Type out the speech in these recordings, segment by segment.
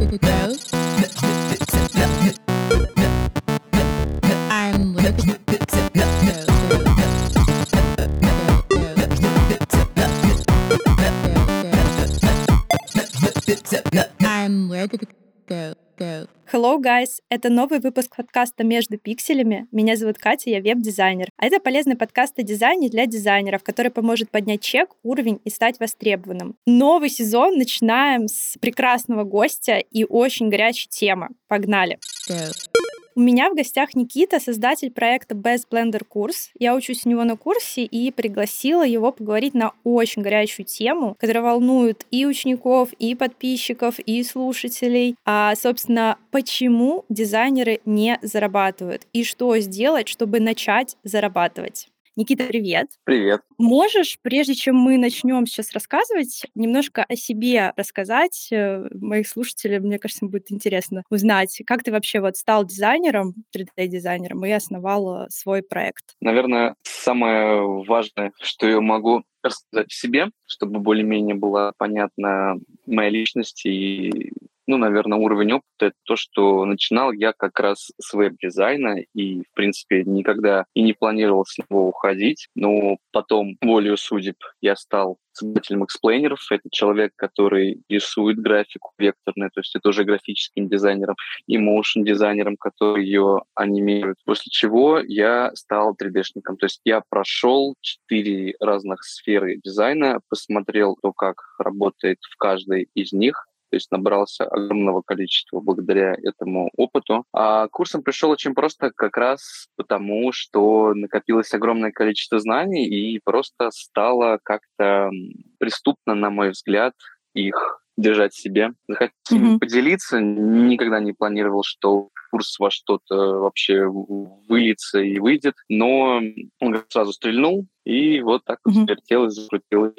Hello, guys! Это новый выпуск подкаста «Между пикселями». Меня зовут Катя, я веб-дизайнер. А это полезный подкаст о дизайне для дизайнеров, который поможет поднять чек, уровень и стать востребованным. Новый сезон начинаем с прекрасного гостя и очень горячей темы. Погнали! У меня в гостях Никита, создатель проекта Best Blender курс. Я учусь у него на курсе и пригласила его поговорить на очень горячую тему, которая волнует и учеников, и подписчиков, и слушателей. Собственно, почему дизайнеры не зарабатывают и что сделать, чтобы начать зарабатывать. Никита, привет. Привет. Можешь, прежде чем мы начнем сейчас рассказывать, немножко о себе рассказать? Моих слушателей, мне кажется, им будет интересно узнать, как ты вообще стал дизайнером, 3D-дизайнером и основал свой проект. Наверное, самое важное, что я могу рассказать о себе, чтобы более-менее была понятна моя личность и наверное, уровень опыта — это то, что начинал я как раз с веб-дизайна и, в принципе, никогда и не планировал с него уходить. Но потом, волею судеб, я стал создателем эксплейнеров. Это человек, который рисует графику векторную, то есть это уже графическим дизайнером, и моушн-дизайнером, который ее анимирует. После чего я стал 3D-шником. То есть я прошел 4 разных сферы дизайна, посмотрел то, как работает в каждой из них, то есть набрался огромного количества благодаря этому опыту. А курсом пришел очень просто как раз потому, что накопилось огромное количество знаний и просто стало как-то преступно, на мой взгляд, их держать в себе. Захотел с ними поделиться, никогда не планировал, что курс во что-то вообще выльется и выйдет, но он сразу стрельнул, и вот так вертелось, закрутилось.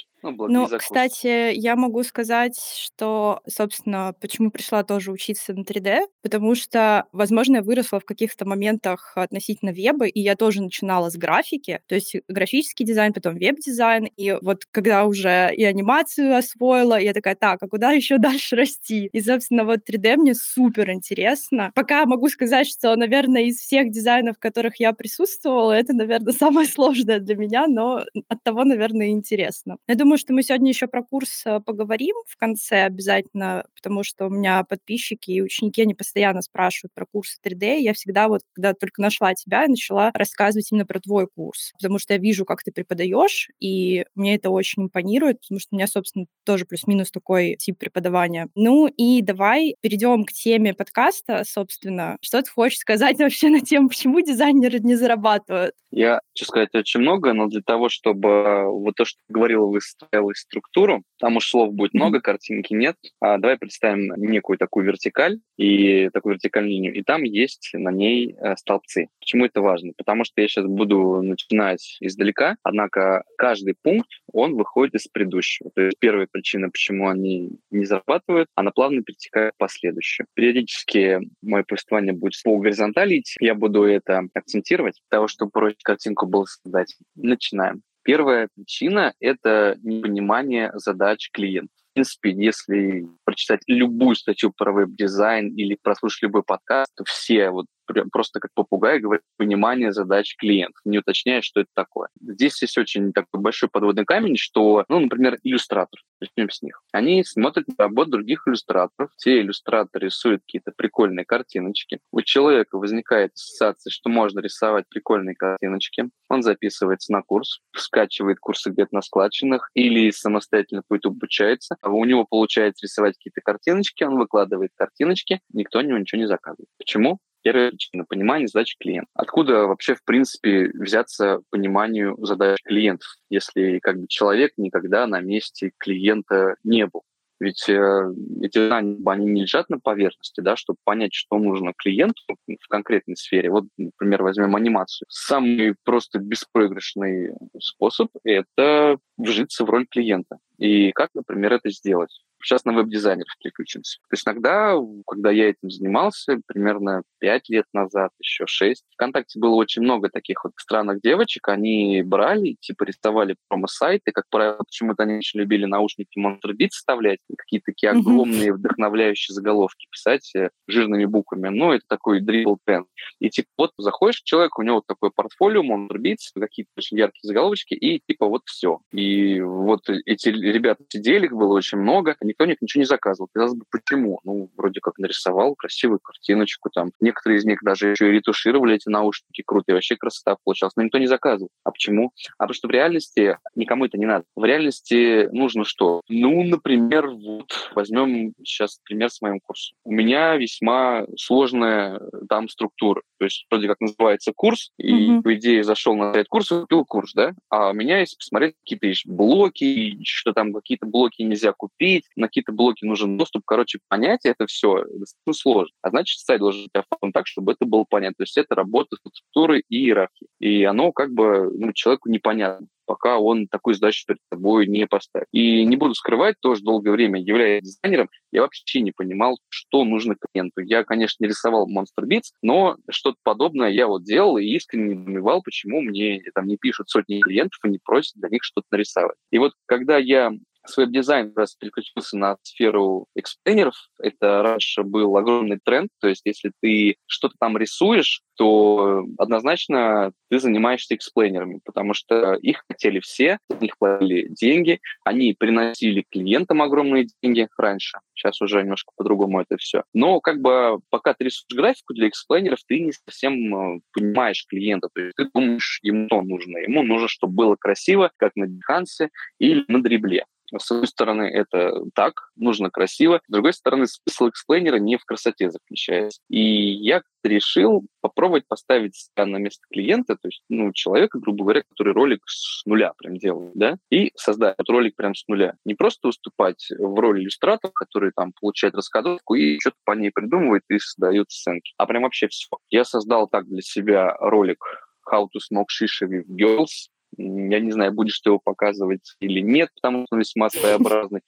Кстати, я могу сказать, что, собственно, почему пришла тоже учиться на 3D, потому что, возможно, я выросла в каких-то моментах относительно веба, и я тоже начинала с графики, то есть графический дизайн, потом веб-дизайн, и вот когда уже и анимацию освоила, я такая, так, а куда еще дальше расти? И, собственно, 3D мне супер интересно. Пока могу сказать, что, наверное, из всех дизайнов, в которых я присутствовала, это, наверное, самое сложное для меня, но оттого, наверное, и интересно. Я думаю, что мы сегодня еще про курс поговорим в конце обязательно, потому что у меня подписчики и ученики, они постоянно спрашивают про курсы 3D. Я всегда когда только нашла тебя, начала рассказывать именно про твой курс, потому что я вижу, как ты преподаешь, и мне это очень импонирует, потому что у меня, собственно, тоже плюс-минус такой тип преподавания. И давай перейдем к теме подкаста, собственно. Что ты хочешь сказать вообще на тему, почему дизайнеры не зарабатывают? Я хочу сказать очень много, но для того, чтобы то, что ты говорила, выстроилась структуру, там уж слов будет много, картинки нет. Давай представим некую такую вертикаль и такую вертикальную линию, и там есть на ней столбцы. Почему это важно? Потому что я сейчас буду начинать издалека, однако каждый пункт, он выходит из предыдущего. То есть первая причина, почему они не зарабатывают, она плавно перетекает в последующую. Периодически мое повествование будет по горизонтали идти, я буду это акцентировать, для того, чтобы проще картинку было создать. Начинаем. Первая причина — это непонимание задач клиента. В принципе, если прочитать любую статью про веб-дизайн или прослушать любой подкаст, то все просто как попугай говорят понимание задач клиента, не уточняя, что это такое. Здесь есть очень такой большой подводный камень, что, например, иллюстратор, начнем с них. Они смотрят работу других иллюстраторов, те иллюстраторы рисуют какие-то прикольные картиночки. У человека возникает ассоциация, что можно рисовать прикольные картиночки. Он записывается на курс, скачивает курсы где-то на складчинах или самостоятельно по YouTube обучается. А у него получается рисовать какие-то картиночки, он выкладывает картиночки, никто у него ничего не заказывает. Почему? Первая причина — понимание задач клиента. Откуда вообще, в принципе, взяться пониманию задач клиентов, если человек никогда на месте клиента не был? Ведь эти знания, они не лежат на поверхности, да, чтобы понять, что нужно клиенту в конкретной сфере. Например, возьмем анимацию. Самый просто беспроигрышный способ — это вжиться в роль клиента. И как, например, это сделать? сейчас на веб-дизайнеров переключился. То есть иногда, когда я этим занимался, примерно 5 лет назад, еще 6, ВКонтакте было очень много таких вот странных девочек, они брали, типа рисовали промо-сайты, как правило, почему-то они очень любили наушники Monster Beats вставлять, и какие-то такие Мгм. огромные вдохновляющие заголовки писать жирными буквами. Ну, это такой дрибл тренд. И типа вот заходишь к человеку, у него вот такое портфолио, Monster Beats, какие-то очень яркие заголовочки, и типа вот все. И вот эти ребята сидели, их было очень много, никто у них ничего не заказывал. Казалось бы, почему? Ну, вроде как нарисовал красивую картиночку, там. Некоторые из них даже еще и ретушировали эти наушники, круто, и вообще красота получалась. Но никто не заказывал. А почему? А потому что в реальности никому это не надо. В реальности нужно что? Ну, например, вот возьмем сейчас пример с моим курсом. У меня весьма сложная там структура. То есть вроде как называется курс, и, Мгм. по идее, зашел на сайт курса, купил курс, да? А у меня, если посмотреть, какие-то есть блоки, что там какие-то блоки нельзя купить, на какие-то блоки нужен доступ. Короче, понять это все достаточно сложно. А значит, сайт должен быть оформлен так, чтобы это было понятно. То есть это работа с структурой и иерархией. И оно как бы человеку непонятно, пока он такую задачу перед собой не поставит. И не буду скрывать, тоже долгое время, являясь дизайнером, я вообще не понимал, что нужно клиенту. Я, конечно, не рисовал Monster Beats, но что-то подобное я вот делал и искренне недоумевал, почему мне там не пишут сотни клиентов и не просят для них что-то нарисовать. И вот когда я с веб-дизайна раз переключился на сферу эксплейнеров. Это раньше был огромный тренд, то есть если ты что-то там рисуешь, то однозначно ты занимаешься эксплейнерами, потому что их хотели все, за них платили деньги, они приносили клиентам огромные деньги раньше, сейчас уже немножко по-другому это все. Но как бы пока ты рисуешь графику для эксплейнеров, ты не совсем понимаешь клиента, то есть ты думаешь, ему что нужно. Ему нужно, чтобы было красиво, как на Behance или на дрибле. С одной стороны, это так, нужно красиво. С другой стороны, смысл эксплейнера не в красоте заключается. И я решил попробовать поставить себя на место клиента, то есть, человека, грубо говоря, который ролик с нуля прям делает, да, и создать этот ролик прям с нуля. Не просто выступать в роли иллюстратора, который там получает раскадровку и что-то по ней придумывает и создает сценки, а прям вообще все. Я создал так для себя ролик How to Smoke Shisha with Girls. Я не знаю, будешь ты его показывать или нет, потому что он весьма своеобразный.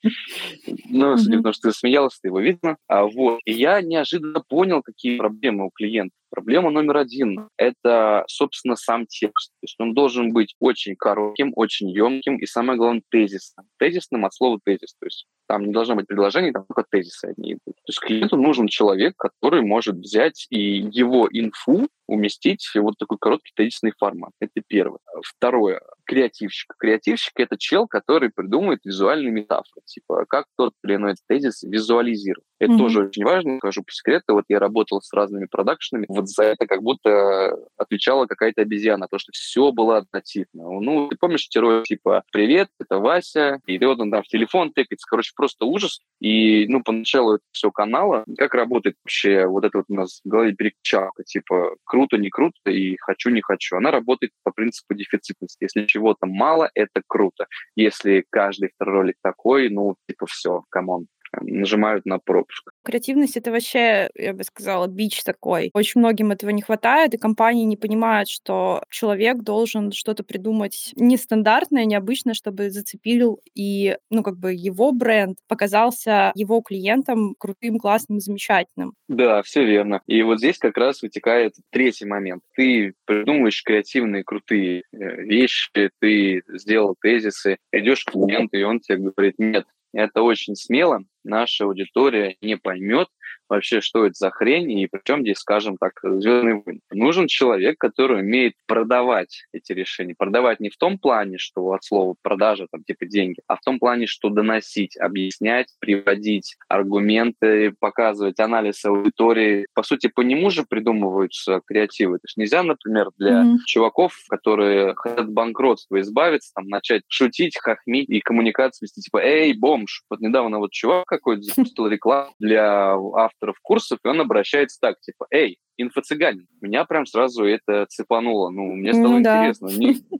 Но, судя по тому, что ты смеялась, ты его видно. Вот. И я неожиданно понял, какие проблемы у клиента. Проблема номер один– это, собственно, сам текст. То есть он должен быть очень коротким, очень емким и, самое главное, тезисным. Тезисным от слова тезис. То есть там не должно быть предложений, там только тезисы одни идут. То есть клиенту нужен человек, который может взять и его инфу уместить в вот такой короткий тезисный формат. Это первое. Второе. Креативщик. Креативщик– это чел, который придумывает визуальные метафоры. Типа, как тот или иной тезис визуализировать. Это Мгм. тоже очень важно, скажу по секрету. Вот я работал с разными продакшенами. Вот за это как будто отвечала какая-то обезьяна, то, что все было однотипно. Ну, ты помнишь героя типа «Привет, это Вася», и ты вот он там в телефон тыкается. Короче, просто ужас. И, поначалу это все канала. Как работает вообще вот это вот у нас в голове переключалка, типа круто, не круто и хочу, не хочу. Она работает по принципу дефицитности. Если чего-то мало, это круто. Если каждый второй ролик такой, типа все, камон, нажимают на пропуск. Креативность — это вообще, я бы сказала, бич такой. Очень многим этого не хватает, и компании не понимают, что человек должен что-то придумать нестандартное, необычное, чтобы зацепил и, его бренд показался его клиентам крутым, классным, замечательным. Да, все верно. И вот здесь как раз вытекает третий момент. Ты придумываешь креативные, крутые вещи, ты сделал тезисы, идешь к клиенту, и он тебе говорит: нет, это очень смело, наша аудитория не поймет вообще, что это за хрень, и причем здесь, скажем так, звездный войны. Нужен человек, который умеет продавать эти решения. Продавать не в том плане, что от слова продажа, там, типа деньги, а в том плане, что доносить, объяснять, приводить аргументы, показывать анализ аудитории. По сути, по нему же придумываются креативы. То есть нельзя, например, для Мгм. чуваков, которые хотят от банкротства избавиться, там, начать шутить, хохмить и коммуникацию вести, типа: «Эй, бомж!» Вот недавно вот чувак какой-то запустил рекламу для авторов курсов, и он обращается так, типа: «Эй, инфо-цыганин». Меня прям сразу это цепануло. Мне стало Ну да. интересно.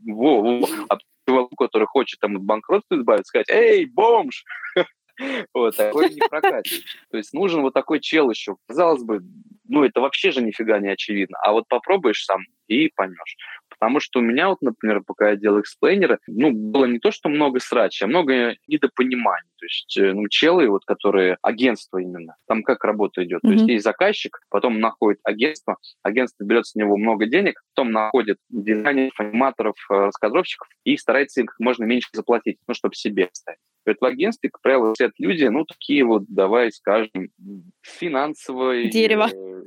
Во. А чуваку, который хочет там от банкротства избавиться, сказать: «Эй, бомж!» Вот, такое не прокатит. То есть нужен вот такой чел еще. Казалось бы, это вообще же нифига не очевидно. А вот попробуешь сам и поймешь. Потому что у меня вот, например, пока я делал эксплейнеры, было не то, что много срача, а много недопониманий. То есть, челы, вот, которые агентство именно, там как работа идет. То есть есть заказчик, потом находит агентство берет с него много денег, потом находит дизайнеров, аниматоров, раскадровщиков и старается им как можно меньше заплатить, чтобы себе оставить. В агентстве, как правило, сидят люди, такие вот, давай скажем, финансовые... Дерево.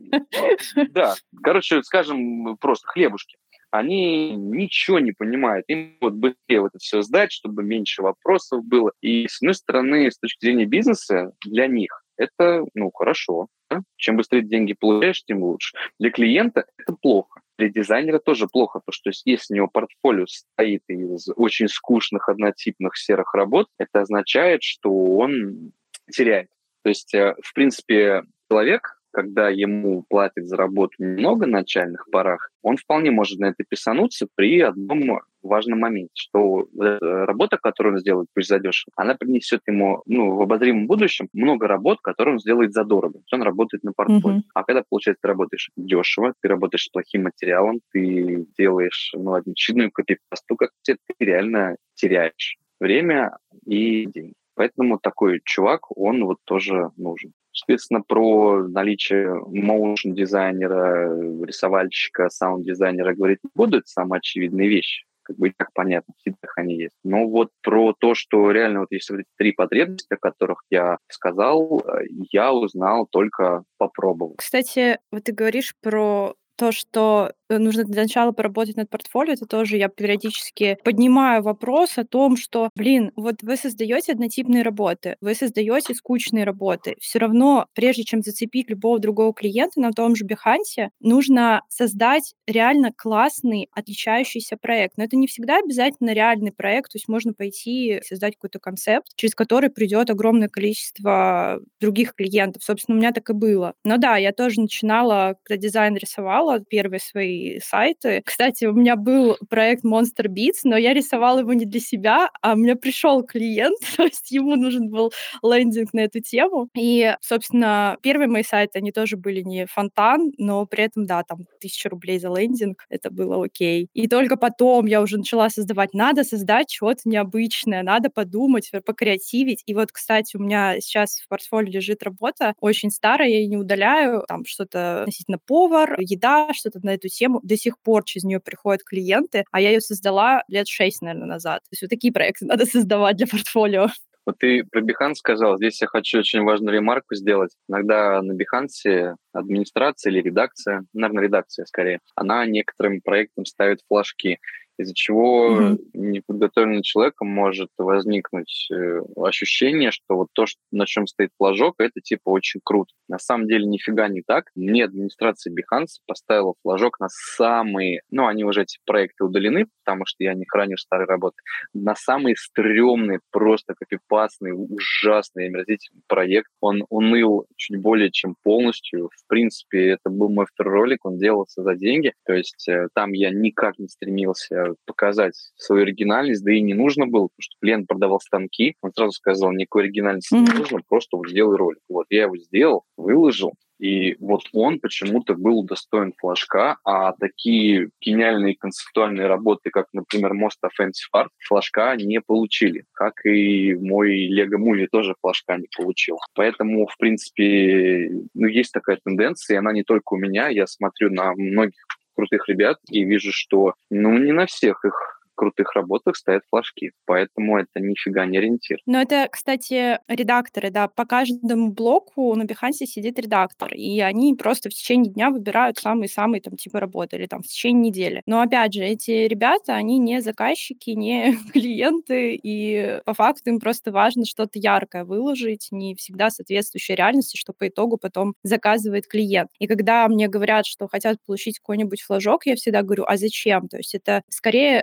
Да, короче, скажем, просто хлебушки. Они ничего не понимают. Им вот быстрее вот это все сдать, чтобы меньше вопросов было. И, с одной стороны, с точки зрения бизнеса, для них это, хорошо. Да? Чем быстрее деньги получаешь, тем лучше. Для клиента это плохо. Для дизайнера тоже плохо, потому что если у него портфолио состоит из очень скучных, однотипных серых работ, это означает, что он теряет. То есть, в принципе, человек, когда ему платят за работу немного на начальных порах, он вполне может на это писануться при одном важном моменте, что работа, которую он сделает, пусть задешево, она принесет ему в обозримом будущем много работ, которые он сделает задорого. Он работает на портфолио. А когда, получается, ты работаешь дешево, ты работаешь с плохим материалом, ты делаешь очередную копипасту, как ты реально теряешь время и деньги. Поэтому такой чувак, он вот тоже нужен. Соответственно, про наличие моушн-дизайнера, рисовальщика, саунд-дизайнера говорить не буду, это самые очевидные вещи. Как бы и так понятно, в сетях они есть. Но вот про то, что реально вот есть вот эти 3 потребности, о которых я сказал, я узнал только попробовав. Кстати, вот ты говоришь про то, что нужно для начала поработать над портфолио, это тоже я периодически поднимаю вопрос о том, что, вот вы создаете однотипные работы, вы создаете скучные работы. Все равно, прежде чем зацепить любого другого клиента на том же Behance, нужно создать реально классный, отличающийся проект. Но это не всегда обязательно реальный проект, то есть можно пойти создать какой-то концепт, через который придет огромное количество других клиентов. Собственно, у меня так и было. Но да, я тоже начинала, когда дизайн рисовала, первые свои сайты. Кстати, у меня был проект Monster Beats, но я рисовала его не для себя, а мне пришел клиент, то есть ему нужен был лендинг на эту тему. И, собственно, первые мои сайты, они тоже были не фонтан, но при этом, да, там 1000 рублей за лендинг, это было окей. И только потом я уже начала создавать. Надо создать что-то необычное, надо подумать, покреативить. И вот, кстати, у меня сейчас в портфолио лежит работа очень старая, я ее не удаляю, там что-то относительно повар, еда, что-то на эту тему. До сих пор через нее приходят клиенты, а я ее создала лет 6, наверное, назад. То есть вот такие проекты надо создавать для портфолио. Вот ты про Behance сказал, здесь я хочу очень важную ремарку сделать. Иногда на Behance администрация или редакция, наверное, редакция скорее, она некоторым проектам ставит флажки, из-за чего неподготовленным человеком может возникнуть ощущение, что вот то, на чем стоит флажок, это типа очень круто. На самом деле нифига не так. Мне администрация Behance поставила флажок на самые, они уже эти проекты удалены, потому что я не храню старые работы, на самый стрёмный, просто копипастный, ужасный, омерзительный проект. Он уныл чуть более чем полностью. В принципе, это был мой второй ролик, он делался за деньги. То есть там я никак не стремился показать свою оригинальность, да и не нужно было, потому что клиент продавал станки. Он сразу сказал, никакой оригинальности не нужно, просто вот сделай ролик. Вот я его сделал, выложил, и вот он почему-то был удостоен флажка, а такие гениальные концептуальные работы, как, например, Most Offensive Art, флажка не получили. Как и мой Lego Movie тоже флажка не получил. Поэтому, в принципе, есть такая тенденция, и она не только у меня. Я смотрю на многих крутых ребят и вижу, что, не на всех их крутых работах стоят флажки, поэтому это нифига не ориентир. Но это, кстати, редакторы, да, по каждому блоку на Behance сидит редактор, и они просто в течение дня выбирают самые-самые там типы работы или там в течение недели. Но опять же, эти ребята, они не заказчики, не клиенты, и по факту им просто важно что-то яркое выложить, не всегда соответствующее реальности, что по итогу потом заказывает клиент. И когда мне говорят, что хотят получить какой-нибудь флажок, я всегда говорю, а зачем? То есть это скорее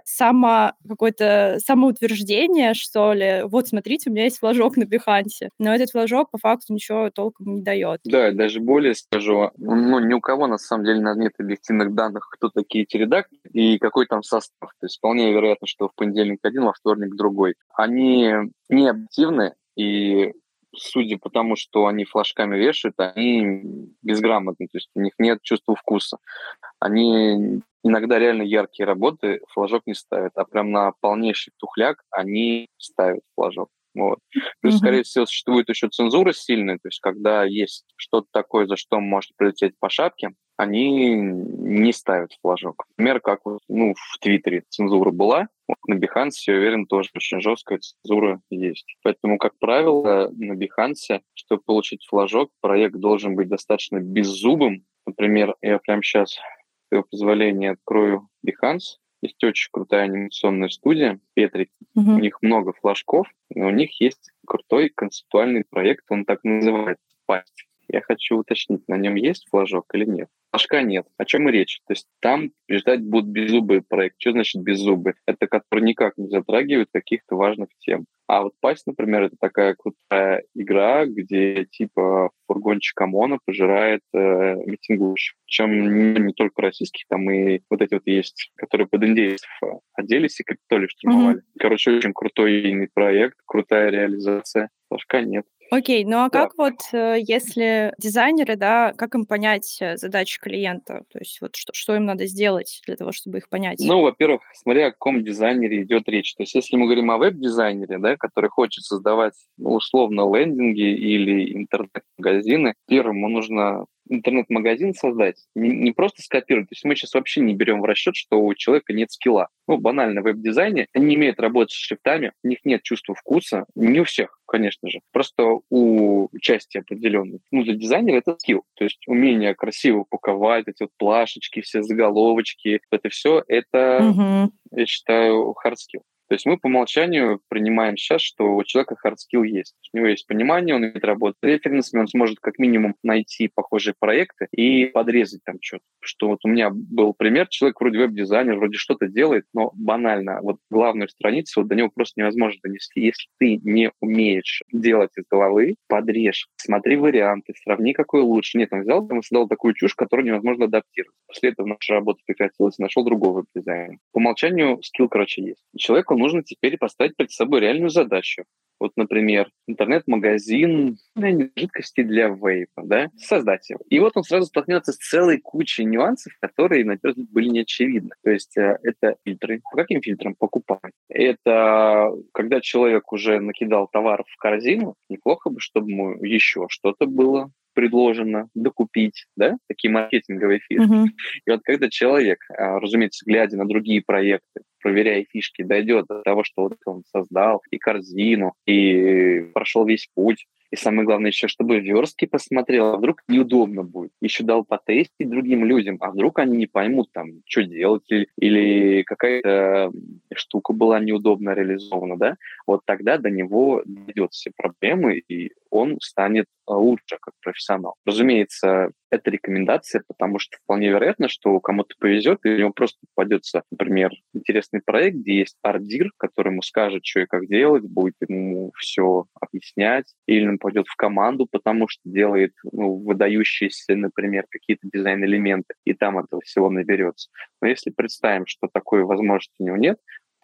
какое-то самоутверждение, что ли. Вот, смотрите, у меня есть флажок на Behance. Но этот флажок по факту ничего толком не дает. Да, даже более скажу, ни у кого на самом деле нет объективных данных, кто такие эти редакторы и какой там состав. То есть вполне вероятно, что в понедельник один, во вторник другой. Они не объективны, и судя по тому, что они флажками вешают, они безграмотны, то есть у них нет чувства вкуса. Они иногда реально яркие работы флажок не ставят, а прям на полнейший тухляк они ставят флажок. Вот. Плюс, Мгм. скорее всего, существует еще цензура сильная, то есть когда есть что-то такое, за что может прилететь по шапке, они не ставят флажок. Например, как вот, в Твиттере цензура была, вот на Behance, я уверен, тоже очень жесткая цензура есть. Поэтому, как правило, на Behance, чтобы получить флажок, проект должен быть достаточно беззубым. Например, я прямо сейчас, с твоего позволения, открою Behance. Есть очень крутая анимационная студия, Петрик. У Мгм. них много флажков, но у них есть крутой концептуальный проект, он так называется «Пасть». Я хочу уточнить, на нем есть флажок или нет? Флажка нет. О чем и речь? То есть там ждать будут беззубый проект. Что значит беззубый? Это который никак не затрагивает каких-то важных тем. А вот «Пасть», например, это такая крутая игра, где типа фургончик ОМОНа пожирает митингующих. Причем не только российских, там и вот эти вот есть, которые под индейцев оделись и Капитолий Мгм. штурмовали. Короче, очень крутой проект, крутая реализация. Флажка нет. Окей, ну а Да. как вот, если дизайнеры, да, как им понять задачи клиента? То есть вот что им надо сделать для того, чтобы их понять? Во-первых, смотря о каком дизайнере идет речь. То есть, если мы говорим о веб-дизайнере, да, который хочет создавать, условно, лендинги или интернет-магазины, первому нужно интернет-магазин создать, не просто скопировать. То есть мы сейчас вообще не берем в расчет, что у человека нет скилла. Банально, в веб-дизайне они не умеют работать с шрифтами, у них нет чувства вкуса. Не у всех, конечно же. Просто у части определенной. Для дизайнера это скилл. То есть умение красиво упаковать, эти вот плашечки, все заголовочки, это все, это, Мгм. я считаю, hard skill. То есть мы по умолчанию принимаем сейчас, что у человека hard skill есть. У него есть понимание, он умеет работать с референсами, он сможет как минимум найти похожие проекты и подрезать там что-то. Что вот у меня был пример, человек вроде веб-дизайнер, вроде что-то делает, но банально, вот главную страницу вот до него просто невозможно донести. Если ты не умеешь делать из головы, подрежь, смотри варианты, сравни, какой лучше. Нет, он взял там и создал такую чушь, которую невозможно адаптировать. После этого наша работа прекратилась, нашел другого веб-дизайнера. По умолчанию скилл, есть. Человеку нужно теперь поставить перед собой реальную задачу. Вот, например, интернет-магазин жидкости для вейпа, да, создать его. И вот он сразу столкнется с целой кучей нюансов, которые, на первый взгляд, были неочевидны. То есть это фильтры. По каким фильтрам покупать? Это когда человек уже накидал товаров в корзину, неплохо бы, чтобы ему еще что-то было предложено докупить, да, такие маркетинговые фишки. Мгм. И вот когда человек, разумеется, глядя на другие проекты, проверяя фишки, дойдет до того, что вот он создал и корзину, и прошел весь путь, и самое главное еще, чтобы верстки посмотрел, а вдруг неудобно будет. Еще дал потестить другим людям, а вдруг они не поймут, там, что делать, или какая-то штука была неудобно реализована, да, вот тогда до него дойдет все проблемы, и он станет лучше как профессионал. Разумеется, это рекомендация, потому что вполне вероятно, что кому-то повезет, и у него просто попадется, например, интересный проект, где есть ардир, который ему скажет, что и как делать, будет ему все объяснять, или он пойдет в команду, потому что делает выдающиеся, например, какие-то дизайн-элементы, и там этого всего наберется. Но если представим, что такой возможности у него нет,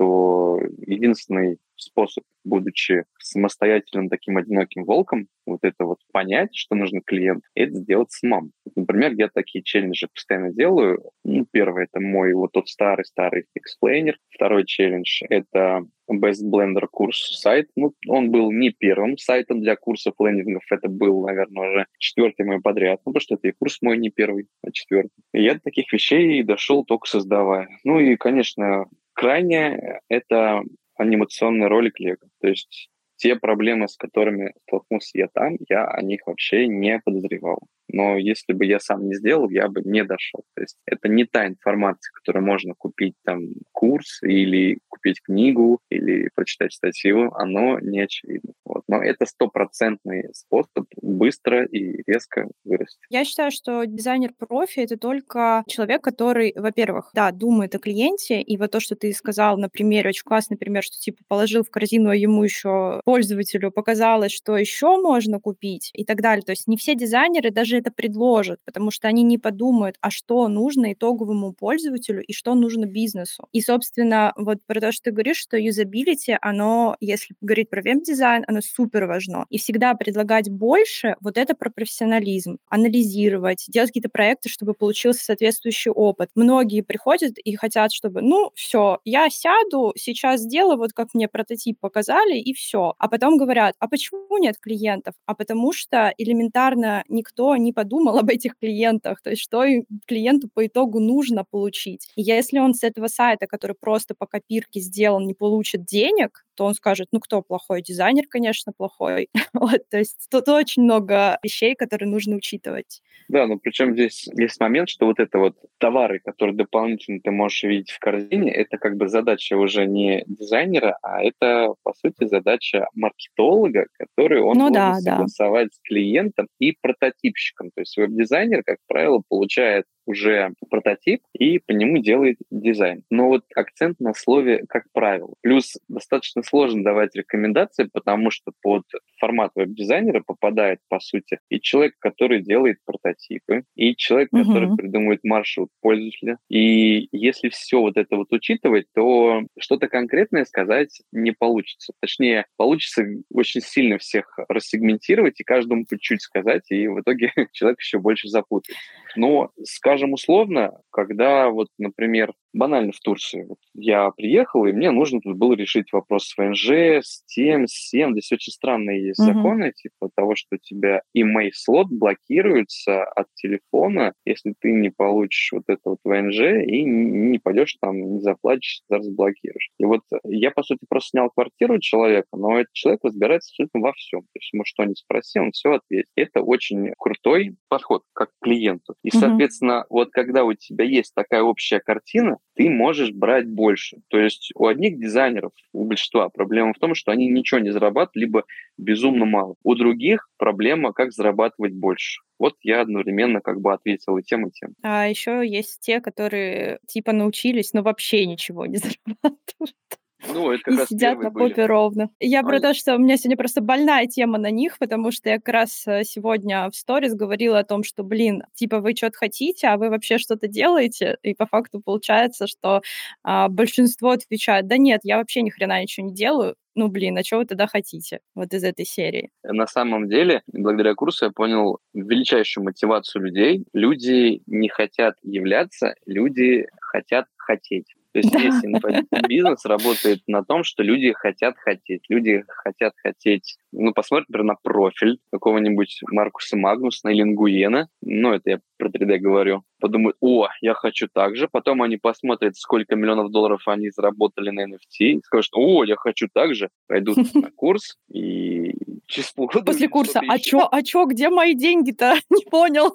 то единственный способ, будучи самостоятельным таким одиноким волком, вот это вот понять, что нужно клиенту, это сделать самому. Вот, например, я такие челленджи постоянно делаю. Первый — это мой вот тот старый-старый эксплейнер. Второй челлендж — это Best Blender курс сайт. Он был не первым сайтом для курсов лендингов, это был, наверное, уже четвертый мой подряд. Потому что это и курс мой не первый, а четвертый. И я до таких вещей дошел только создавая. И, конечно, крайне это анимационный ролик Лего. То есть те проблемы, с которыми столкнулся я там, я о них вообще не подозревал. Но если бы я сам не сделал, я бы не дошел. То есть это не та информация, которую можно купить там курс или купить книгу или прочитать статью, оно не очевидно. Вот. Но это стопроцентный способ быстро и резко вырасти. Я считаю, что дизайнер-профи — это только человек, который, во-первых, да, думает о клиенте, и вот то, что ты сказал на примере, очень классный пример, что типа положил в корзину, а ему еще пользователю показалось, что еще можно купить и так далее. То есть не все дизайнеры, даже это предложат, потому что они не подумают, а что нужно итоговому пользователю и что нужно бизнесу. И, собственно, вот про то, что ты говоришь, что юзабилити, оно, если говорить про веб-дизайн, оно супер важно. И всегда предлагать больше, вот это про профессионализм. Анализировать, делать какие-то проекты, чтобы получился соответствующий опыт. Многие приходят и хотят, чтобы, ну, все, я сяду, сейчас сделаю, вот как мне прототип показали, и все. А потом говорят, а почему нет клиентов? А потому что элементарно никто не подумал об этих клиентах, то есть что клиенту по итогу нужно получить. И если он с этого сайта, который просто по копирке сделан, не получит денег, то он скажет, ну, кто плохой? Дизайнер, конечно, плохой. Вот, то есть тут очень много вещей, которые нужно учитывать. Да, но причем здесь есть момент, что вот это вот товары, которые дополнительно ты можешь видеть в корзине, это как бы задача уже не дизайнера, а это, по сути, задача маркетолога, который он Ну должен да, да. согласовать с клиентом и прототипщиком. То есть веб-дизайнер, как правило, получает уже прототип и по нему делает дизайн. Но вот акцент на слове «как правило». Плюс достаточно сложно давать рекомендации, потому что под формат веб-дизайнера попадает, по сути, и человек, который делает прототипы, и человек, который Мгм. придумывает маршрут пользователя. И если все вот это вот учитывать, то что-то конкретное сказать не получится. Точнее, получится очень сильно всех рассегментировать и каждому по чуть сказать, и в итоге человек еще больше запутается. Но, скажем условно, когда вот, например, банально в Турции. Вот я приехал, и мне нужно тут было решить вопрос с ВНЖ, с тем, с сем. Здесь очень странные есть Мгм. законы, типа того, что у тебя имей-слот блокируется от телефона, если ты не получишь вот это вот ВНЖ и не пойдешь там, не заплатишь, разблокируешь. И вот я, по сути, просто снял квартиру у человека, но этот человек разбирается абсолютно во всем. То есть ему что ни спроси, он все ответит. Это очень крутой подход как к клиенту. И, Мгм. соответственно, вот когда у тебя есть такая общая картина, ты можешь брать больше. То есть у одних дизайнеров, у большинства, проблема в том, что они ничего не зарабатывают, либо безумно мало. У других проблема, как зарабатывать больше. Вот я одновременно как бы ответил и тем, и тем. А еще есть те, которые типа научились, но вообще ничего не зарабатывают. Ну, это как И раз сидят первые на были. попе ровно. Я Ну, про то, что у меня сегодня просто больная тема на них, потому что я как раз, сегодня в сторис говорила о том, что, блин, типа вы чё-то хотите, а вы вообще что-то делаете? И по факту получается, что, большинство отвечает: "Да нет, я вообще ни хрена ничего не делаю". Ну, блин, а чё вы тогда хотите? Вот из этой серии. на самом деле, благодаря курсу я понял величайшую мотивацию людей. Люди не хотят являться, люди хотят хотеть. То есть весь Да. инфобизнес работает на том, что люди хотят хотеть. Люди хотят хотеть, ну, посмотрят, например, на профиль какого-нибудь Маркуса Магнусона или Нгуена, ну, это я про 3D говорю, подумают, о, я хочу так же. Потом они посмотрят, сколько миллионов долларов они заработали на NFT, и скажут, о, я хочу так же, пойдут на курс и через полгода После увидят курса: что-то "А еще. чё? А чё? Где мои деньги-то?" Не понял.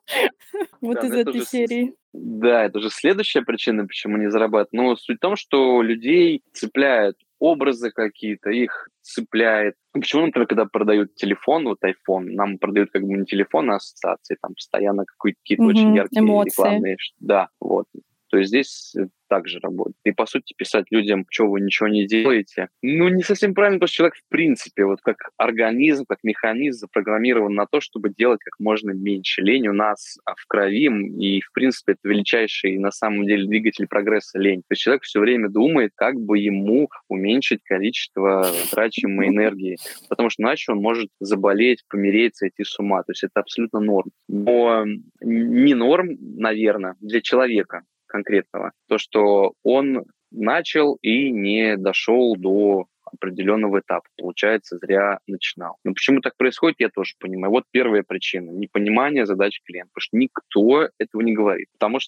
Вот Да, из но это этой уже серии. да, это уже следующая причина, почему не зарабатывают. Но суть в том, что людей цепляют образы какие-то, их цепляет. Ну, почему, например, когда продают телефон, вот iPhone, нам продают как бы не телефон, а ассоциации, там постоянно какие-то очень Мгм. яркие Эмоции. рекламные. Да, вот. То есть здесь также работает. И, по сути, писать людям, что вы ничего не делаете, ну, не совсем правильно, потому что человек, в принципе, вот как организм, как механизм запрограммирован на то, чтобы делать как можно меньше. Лень у нас в крови, и, в принципе, это величайший, на самом деле, двигатель прогресса лень. То есть человек все время думает, как бы ему уменьшить количество трачимой энергии, потому что иначе он может заболеть, помереть, сойти с ума. То есть это абсолютно норм. Но не норм, наверное, для человека конкретного. То, что он начал и не дошел до определенного этапа. Получается, зря начинал. Но почему так происходит, я тоже понимаю. Вот первая причина. Непонимание задач клиента. Потому что никто этого не говорит.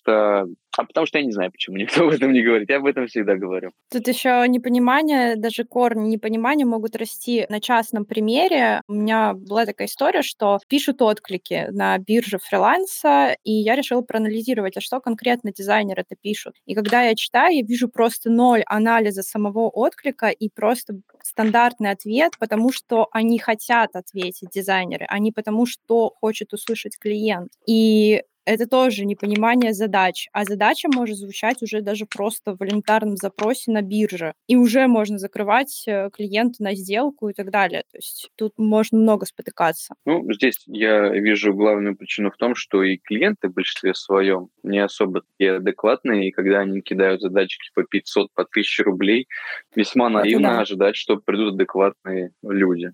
Потому что я не знаю, почему никто об этом не говорит. Я об этом всегда говорю. Тут еще непонимание, даже корни непонимания могут расти на частном примере. У меня была такая история, что пишут отклики на бирже фриланса, и я решила проанализировать, а что конкретно дизайнеры это пишут. И когда я читаю, я вижу просто ноль анализа самого отклика и просто стандартный ответ, потому что они хотят ответить, дизайнеры, а не потому, что хочет услышать клиент. И это тоже непонимание задач. А задача может звучать уже даже просто в элементарном запросе на бирже. И уже можно закрывать клиента на сделку и так далее. То есть тут можно много спотыкаться. Ну, здесь я вижу главную причину в том, что и клиенты в большинстве своем не особо такие адекватные, и когда они кидают задачки по 500, по 1000 рублей, весьма Это наивно да. ожидать, что придут адекватные люди.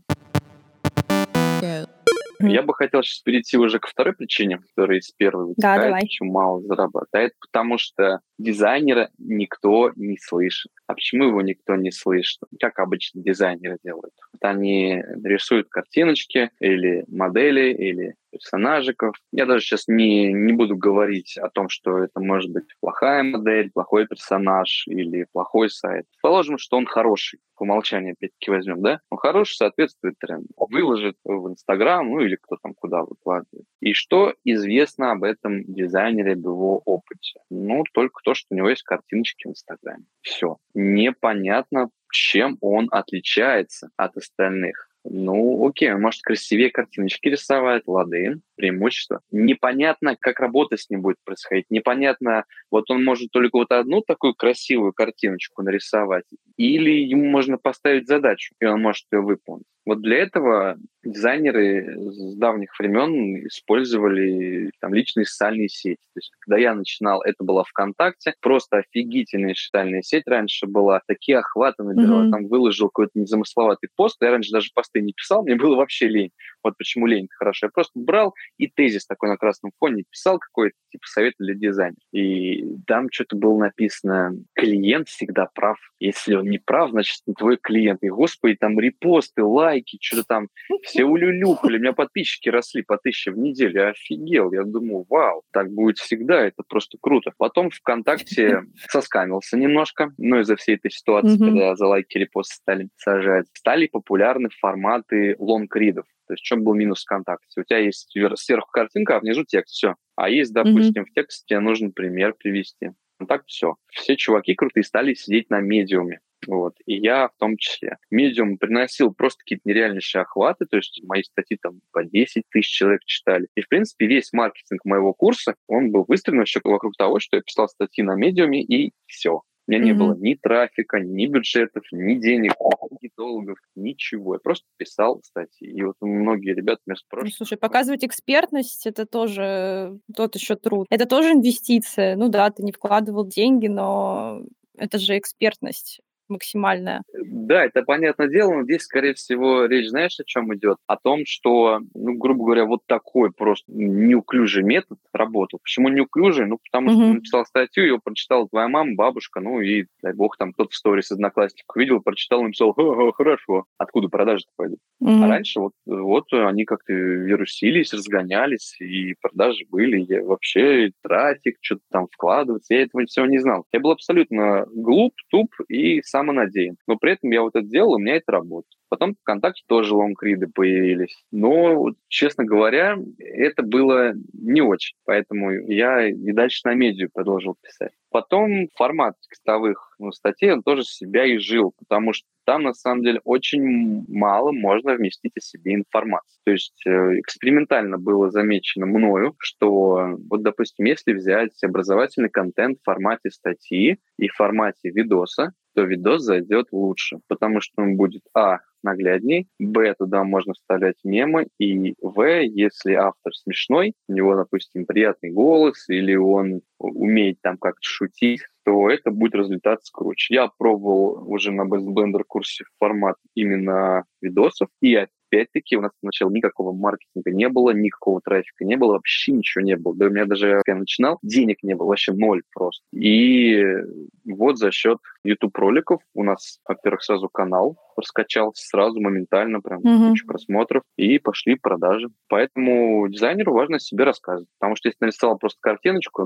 Мгм. Я бы хотел сейчас перейти уже к второй причине, которая из первой Да, вытекает, давай. почему мало зарабатывает. Потому что дизайнера никто не слышит. А почему его никто не слышит? Как обычно дизайнеры делают? Вот они рисуют картиночки или модели, или персонажиков. Я даже сейчас не буду говорить о том, что это может быть плохая модель, плохой персонаж или плохой сайт. Положим, что он хороший. По умолчанию, опять-таки, возьмем, да? Он хороший, соответствует тренду. Выложит в Инстаграм, ну или кто там куда выкладывает. И что известно об этом дизайнере, об его опыте? Ну, только то, что у него есть картиночки в Инстаграме. Все. Непонятно, чем он отличается от остальных. Ну, окей, он может красивее картиночки рисовать, лады, преимущество. Непонятно, как работа с ним будет происходить. Непонятно, вот он может только вот одну такую красивую картиночку нарисовать, или ему можно поставить задачу, и он может ее выполнить. Вот для этого дизайнеры с давних времен использовали там личные социальные сети. То есть, когда я начинал, это была ВКонтакте, просто офигительная социальная сеть раньше была, такие охваты набирала. Мгм. Там выложил какой-то незамысловатый пост, я раньше даже посты не писал, мне было вообще лень. Вот почему лень хорошо. Я просто брал и тезис такой на красном фоне писал какой-то, типа совет для дизайнера. И там что-то было написано: клиент всегда прав. Если он не прав, значит, не твой клиент. И, господи, там репосты, лайки, что-то там все улюлюкали. У меня подписчики росли по 1000 в неделю. Я офигел. Я думаю, вау, так будет всегда, это просто круто. Потом ВКонтакте соскамился немножко, но из-за всей этой ситуации, Мгм. когда за лайки, репосты стали сажать, стали популярны форматы лонг-ридов. То есть в чем был минус ВКонтакте? У тебя есть сверху картинка, а внизу текст, все. А есть, Мгм. допустим, в тексте тебе нужен пример привести. Ну так все. Все чуваки крутые стали сидеть на медиуме. Вот. И я в том числе. Медиум приносил просто какие-то нереальнейшие охваты, то есть мои статьи там по 10 тысяч человек читали. И, в принципе, весь маркетинг моего курса, он был выстроен еще вокруг того, что я писал статьи на медиуме, и все. У меня не было Мгм. ни трафика, ни бюджетов, ни денег, ни маркетологов, ничего. Я просто писал статьи. И вот многие ребята меня Ну, спрашивают, слушай, показывать экспертность — это тоже тот еще труд. Это тоже инвестиция. Ну да, ты не вкладывал деньги, но это же экспертность максимальная. да, это понятное дело, но здесь, скорее всего, речь, знаешь, о чем идет? О том, что, ну, грубо говоря, вот такой просто неуклюжий метод работал. Почему неуклюжий? Ну, потому что ты Мгм. написал статью, ее прочитала твоя мама, бабушка, ну, и, дай бог, там кто-то в сторис одноклассников увидел, прочитал, написал: «Ха-ха, хорошо». Откуда продажи-то пойдут? А Мгм. раньше вот они как-то вирусились, разгонялись, и продажи были. Я вообще трафик, что-то там вкладываться, я этого всего не знал. Я был абсолютно глуп, туп и самонадеян. Но при этом я вот это делал, у меня это работает. Потом в ВКонтакте тоже лонгриды появились. Но, вот, честно говоря, это было не очень. Поэтому я и дальше на медиа продолжил писать. Потом формат текстовых статей, он тоже себя изжил, потому что там, на самом деле, очень мало можно вместить о себе информации. То есть экспериментально было замечено мною, что, вот, допустим, если взять образовательный контент в формате статьи и в формате видоса, то видос зайдет лучше, потому что он будет, наглядней, б, туда можно вставлять мемы, и в, если автор смешной, у него, допустим, приятный голос, или он умеет там как-то шутить, то это будет разлетаться круче. Я пробовал уже на Best Blender курсе формат именно видосов, и опять-таки у нас сначала никакого маркетинга не было, никакого трафика не было, вообще ничего не было. Да у меня даже, когда я начинал, денег не было, вообще ноль просто. И вот за счет YouTube-роликов у нас, во-первых, сразу канал раскачался сразу моментально, прям Мгм. куча просмотров, и пошли продажи. Поэтому дизайнеру важно о себе рассказывать. Потому что если нарисовал просто картиночку,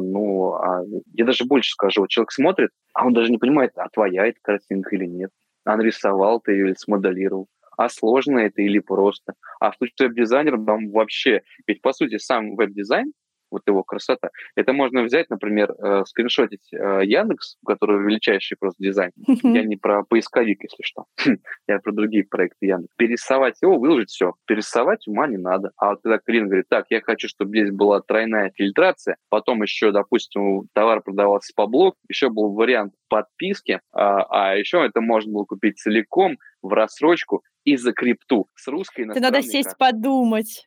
я даже больше скажу, вот человек смотрит, а он даже не понимает, твоя это картинка или нет. А нарисовал ты ее или смоделировал. А сложно это или просто. А в случае с веб-дизайнером там вообще... Ведь, по сути, сам веб-дизайн вот его красота. Это можно взять, например, скриншотить Яндекс, который величайший просто дизайн. Я не про поисковик, если что. Я про другие проекты Яндекс. Перерисовать его, выложить все. Перерисовать ума не надо. А вот когда клиент говорит, так, я хочу, чтобы здесь была тройная фильтрация, потом еще, допустим, товар продавался по блоку, еще был вариант подписки, а еще это можно было купить целиком в рассрочку и за крипту с русской Это надо иностранной сесть картой. подумать.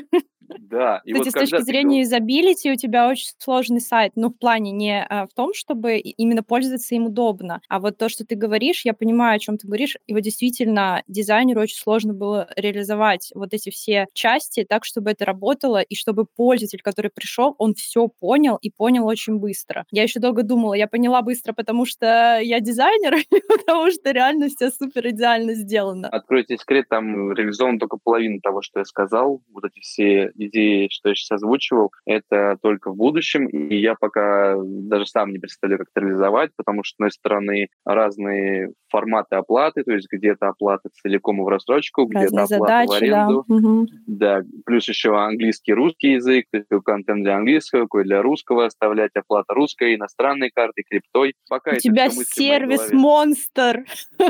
Да, и Кстати, вот с точки когда ты зрения юзабилити у тебя очень сложный сайт. Ну, в плане не в том, чтобы именно пользоваться им удобно, а вот то, что ты говоришь, я понимаю, о чем ты говоришь, и вот действительно дизайнеру очень сложно было реализовать вот эти все части так, чтобы это работало, и чтобы пользователь, который пришел, он все понял и понял очень быстро. Я еще долго думала, я поняла быстро, потому что я дизайнер, потому что реально все супер идеально сделано. откройте секрет, там реализовано только половина того, что я сказал. Вот эти все идеи, что я сейчас озвучивал, это только в будущем. И я пока даже сам не представляю, как это реализовать, потому что, с одной стороны, разные форматы оплаты, то есть где-то оплата целиком и в рассрочку, где-то Разные оплата в задачи, да. аренду. Да, плюс еще английский, русский язык, то есть контент для английского, какой для русского, оставлять оплата русской, иностранной картой, криптой. Пока У это тебя все мысли в моей голове. сервис-монстр.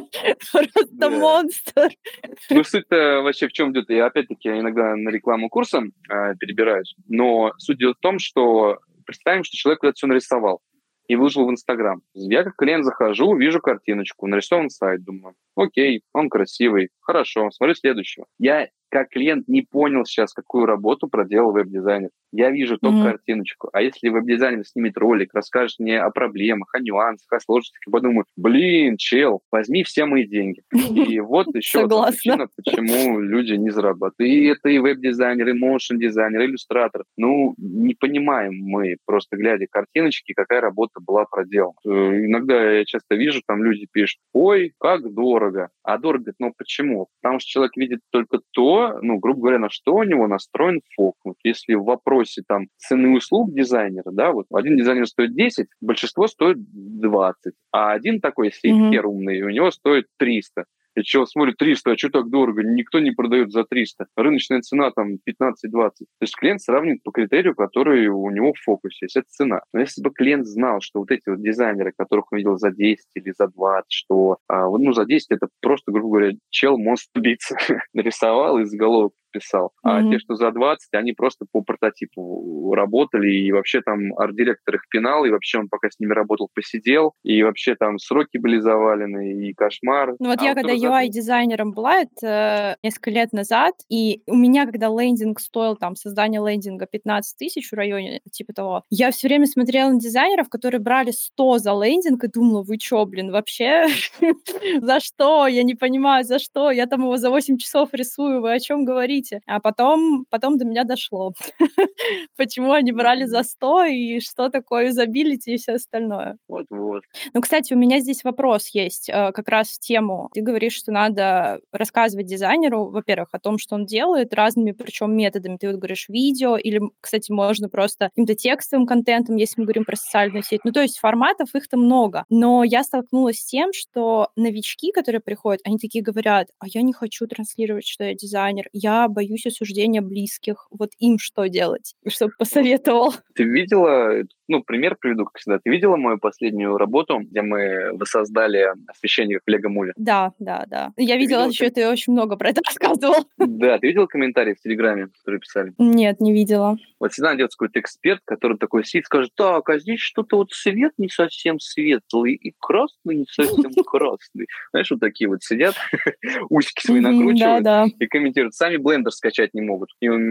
Просто Да. монстр. Ну, суть-то вообще в чем идет? Я, опять-таки, иногда на рекламу курса перебираюсь, но суть идет в том, что представим, что человек куда-то все нарисовал и выложил в Инстаграм. Я как клиент захожу, вижу картиночку, нарисован сайт, думаю, окей, он красивый, хорошо, смотрю следующего. Я как клиент не понял сейчас, какую работу проделал веб-дизайнер. Я вижу только картиночку. А если веб-дизайнер снимет ролик, расскажет мне о проблемах, о нюансах, о сложностях, я подумаю, блин, чел, возьми все мои деньги. И вот еще одна причина, почему люди не зарабатывают. И это и веб-дизайнер, и моушн-дизайнер, и иллюстратор. Ну, не понимаем мы, просто глядя картиночки, какая работа была проделана. Иногда я часто вижу, там люди пишут, ой, как дорого. А дорого, ну почему? Потому что человек видит только то, ну, грубо говоря, на что у него настроен фокус. Вот если в вопросе там цены услуг дизайнера, да, вот один дизайнер стоит 10, большинство стоит 20, а один такой хер умный, у него стоит 300. И человек смотрит 300, а что так дорого? Никто не продает за 300. Рыночная цена там 15-20. То есть клиент сравнивает по критерию, который у него в фокусе, есть это цена. Но если бы клиент знал, что вот эти вот дизайнеры, которых он видел за 10 или за 20, что ну, за 10 это просто, грубо говоря, чел монстр убийца нарисовал и заголовок писал. А те, что за 20, они просто по прототипу работали, и вообще там арт-директор их пинал, и вообще он пока с ними работал, посидел, и вообще там сроки были завалены, и кошмар. Ну вот я когда UI-дизайнером была, это несколько лет назад, и у меня, когда лендинг стоил, там, создание лендинга 15 тысяч в районе, типа того, я все время смотрела на дизайнеров, которые брали 100 за лендинг, и думала, вы чё, блин, вообще? За что? Я не понимаю, за что? Я там его за 8 часов рисую, вы о чем говорите? А потом до меня дошло. Почему они брали за 100 и что такое юзабилити и все остальное. Вот-вот. Ну, кстати, у меня здесь вопрос есть как раз в тему. Ты говоришь, что надо рассказывать дизайнеру, во-первых, о том, что он делает, разными причем методами. Ты вот говоришь видео, или, кстати, можно просто каким-то текстовым контентом, если мы говорим про социальную сеть. Ну, то есть форматов их-то много. Но я столкнулась с тем, что новички, которые приходят, они такие говорят, а я не хочу транслировать, что я дизайнер, я боюсь осуждения близких. Вот им что делать? Что бы посоветовал? Ты видела, ну, пример приведу, как всегда. Ты видела мою последнюю работу, где мы воссоздали освещение как Lego Movie? Да. Я видела еще, ты очень много про это рассказывал. Да, ты видела комментарии в Телеграме, которые писали? Нет, не видела. Вот всегда найдется какой-то эксперт, который такой сидит, скажет, так, а здесь что-то вот цвет не совсем светлый, и красный не совсем красный. Знаешь, вот такие вот сидят, усики свои накручивают и комментируют. Сами блендер скачать не могут, им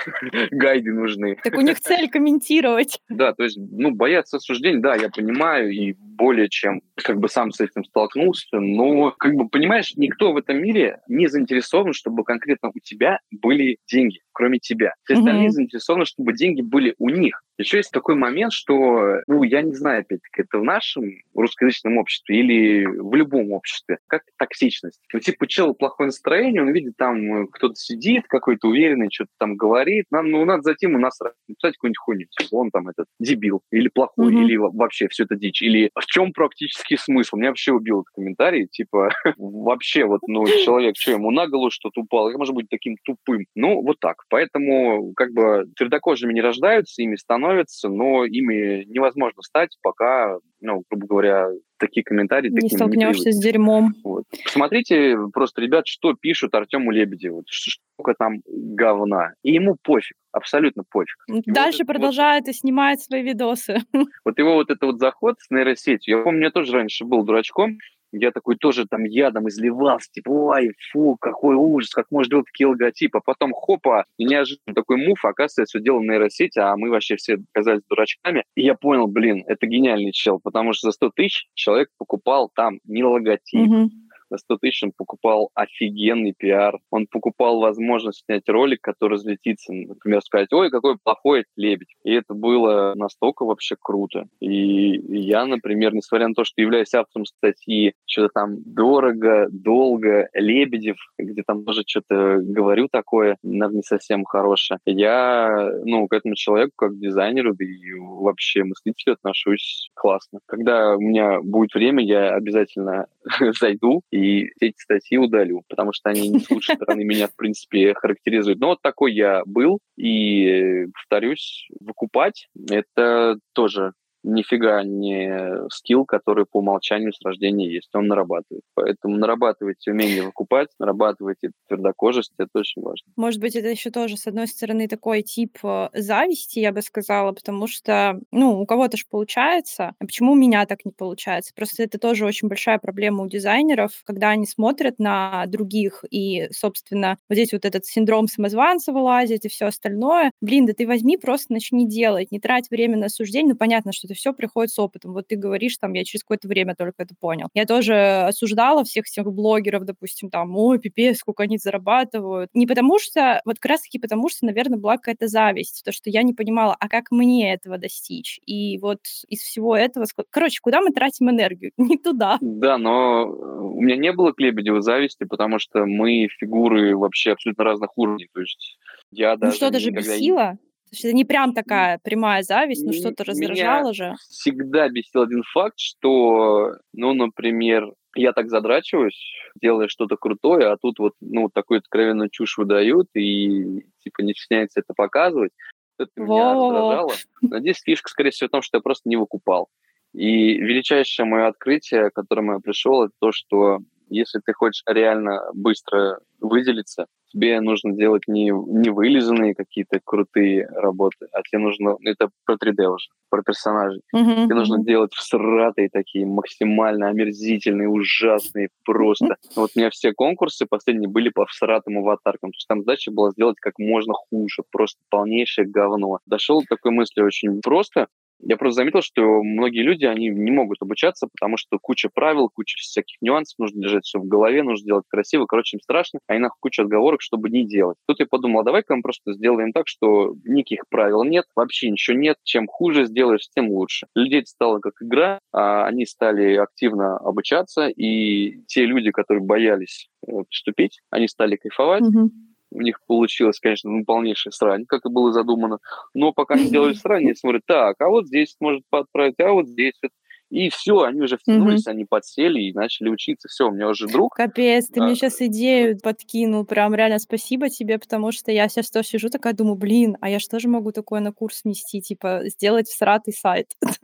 гайды нужны. Так у них цель комментировать. Да, то есть, ну, бояться осуждения, да, я понимаю, и более чем как бы сам с этим столкнулся, но, как бы, понимаешь, никто в этом мире не заинтересован, чтобы конкретно у тебя были деньги, кроме тебя. Все остальные заинтересованы, чтобы деньги были у них. Еще есть такой момент, что, я не знаю, опять-таки, это в нашем русскоязычном обществе или в любом обществе, как токсичность. Типа, чел плохое настроение, он видит, там кто-то сидит, какой-то уверенный, что-то там говорит, надо зайти ему насрать, написать какую-нибудь хуйню. Типа, он там этот дебил, или плохой, или вообще все это дичь, или в чем практический смысл? Меня вообще убил этот комментарий, типа, вообще человек, что ему на голову что-то упало, как может быть таким тупым? Вот так. Поэтому, твердокожими не рождаются, ими становятся, но ими невозможно стать, пока, грубо говоря, такие комментарии не таким не столкнешься с привыкнешь. дерьмом. Вот. Посмотрите просто, ребят, что пишут Артему Лебедеву. Сколько там говна. И ему пофиг, абсолютно пофиг. Дальше продолжает и снимает свои видосы. Вот его этот заход с нейросетью. Я помню, я тоже раньше был дурачком. Я такой тоже там ядом изливался, типа, ой, фу, какой ужас, как можно делать такие логотипы. А потом, хопа, и неожиданно такой мув, оказывается, все дело нейросети, а мы вообще все оказались дурачками. И я понял, это гениальный чел, потому что за 100 тысяч человек покупал там не логотип, за 100 тысяч он покупал офигенный пиар. Он покупал возможность снять ролик, который разлетится. Например, сказать, ой, какой плохой лебедь. И это было настолько вообще круто. И я, например, несмотря на то, что являюсь автором статьи, что-то там дорого, долго, Лебедев, где там тоже что-то говорю такое, наверное, не совсем хорошее. Я, к этому человеку, как дизайнеру, да и вообще мыслителю отношусь классно. Когда у меня будет время, я обязательно зайду и эти статьи удалю, потому что они не с лучшей стороны меня, в принципе, характеризуют. Но вот такой я был, и, повторюсь, выкупать — это тоже нифига не скилл, который по умолчанию с рождения есть. Он нарабатывает. Поэтому нарабатывайте умение выкупать, нарабатывайте твердокожесть, это очень важно. Может быть, это еще тоже, с одной стороны, такой тип зависти, я бы сказала, потому что, у кого-то же получается, а почему у меня так не получается? Просто это тоже очень большая проблема у дизайнеров, когда они смотрят на других, и, собственно, вот здесь вот этот синдром самозванца вылазит и все остальное. Блин, да ты возьми, просто начни делать, не трать время на осуждение. Понятно, что это все приходит с опытом. Вот ты говоришь, там, я через какое-то время только это понял. Я тоже осуждала всех этих блогеров, допустим, там, ой, пипец, сколько они зарабатывают. Не потому что, вот как раз-таки потому что, наверное, была какая-то зависть, то, что я не понимала, а как мне этого достичь? И вот из всего этого... Короче, куда мы тратим энергию? Не туда. Да, но у меня не было к Лебедеву зависти, потому что мы фигуры вообще абсолютно разных уровней. То есть я даже что-то же никогда... бесило? То есть это не прям такая прямая зависть, но что-то Меня раздражало же. всегда бесил один факт, что, например, я так задрачиваюсь, делая что-то крутое, а тут такую откровенную чушь выдают и, типа, не стесняется это показывать. Это меня раздражало. Но здесь фишка, скорее всего, в том, что я просто не выкупал. И величайшее мое открытие, к которому я пришел, это то, что если ты хочешь реально быстро выделиться, тебе нужно делать не вылизанные какие-то крутые работы, а тебе нужно... Это про 3D уже, про персонажей. Тебе нужно делать всратые такие, максимально омерзительные, ужасные просто. Вот у меня все конкурсы последние были по всратым аватаркам. То есть там задача была сделать как можно хуже, просто полнейшее говно. Дошел до такой мысли очень просто. Я просто заметил, что многие люди, они не могут обучаться, потому что куча правил, куча всяких нюансов, нужно держать все в голове, нужно делать красиво, короче, им страшно, а нахуй куча отговорок, чтобы не делать. Тут я подумал, давай-ка мы просто сделаем так, что никаких правил нет, вообще ничего нет, чем хуже сделаешь, тем лучше. Людей это стало как игра, они стали активно обучаться, и те люди, которые боялись поступить, они стали кайфовать. У них получилось, конечно, полнейшая срань, как и было задумано. Но пока они делали срань, они смотрят, так, а вот здесь может подправить, а вот здесь. И все, они уже втянулись, они подсели и начали учиться. Все, у меня уже друг. Капец, ты мне сейчас идею подкинул. Прям реально спасибо тебе, потому что я сейчас тоже сижу такая, думаю, блин, а я что же могу такое на курс нести? Типа, сделать всратый сайт.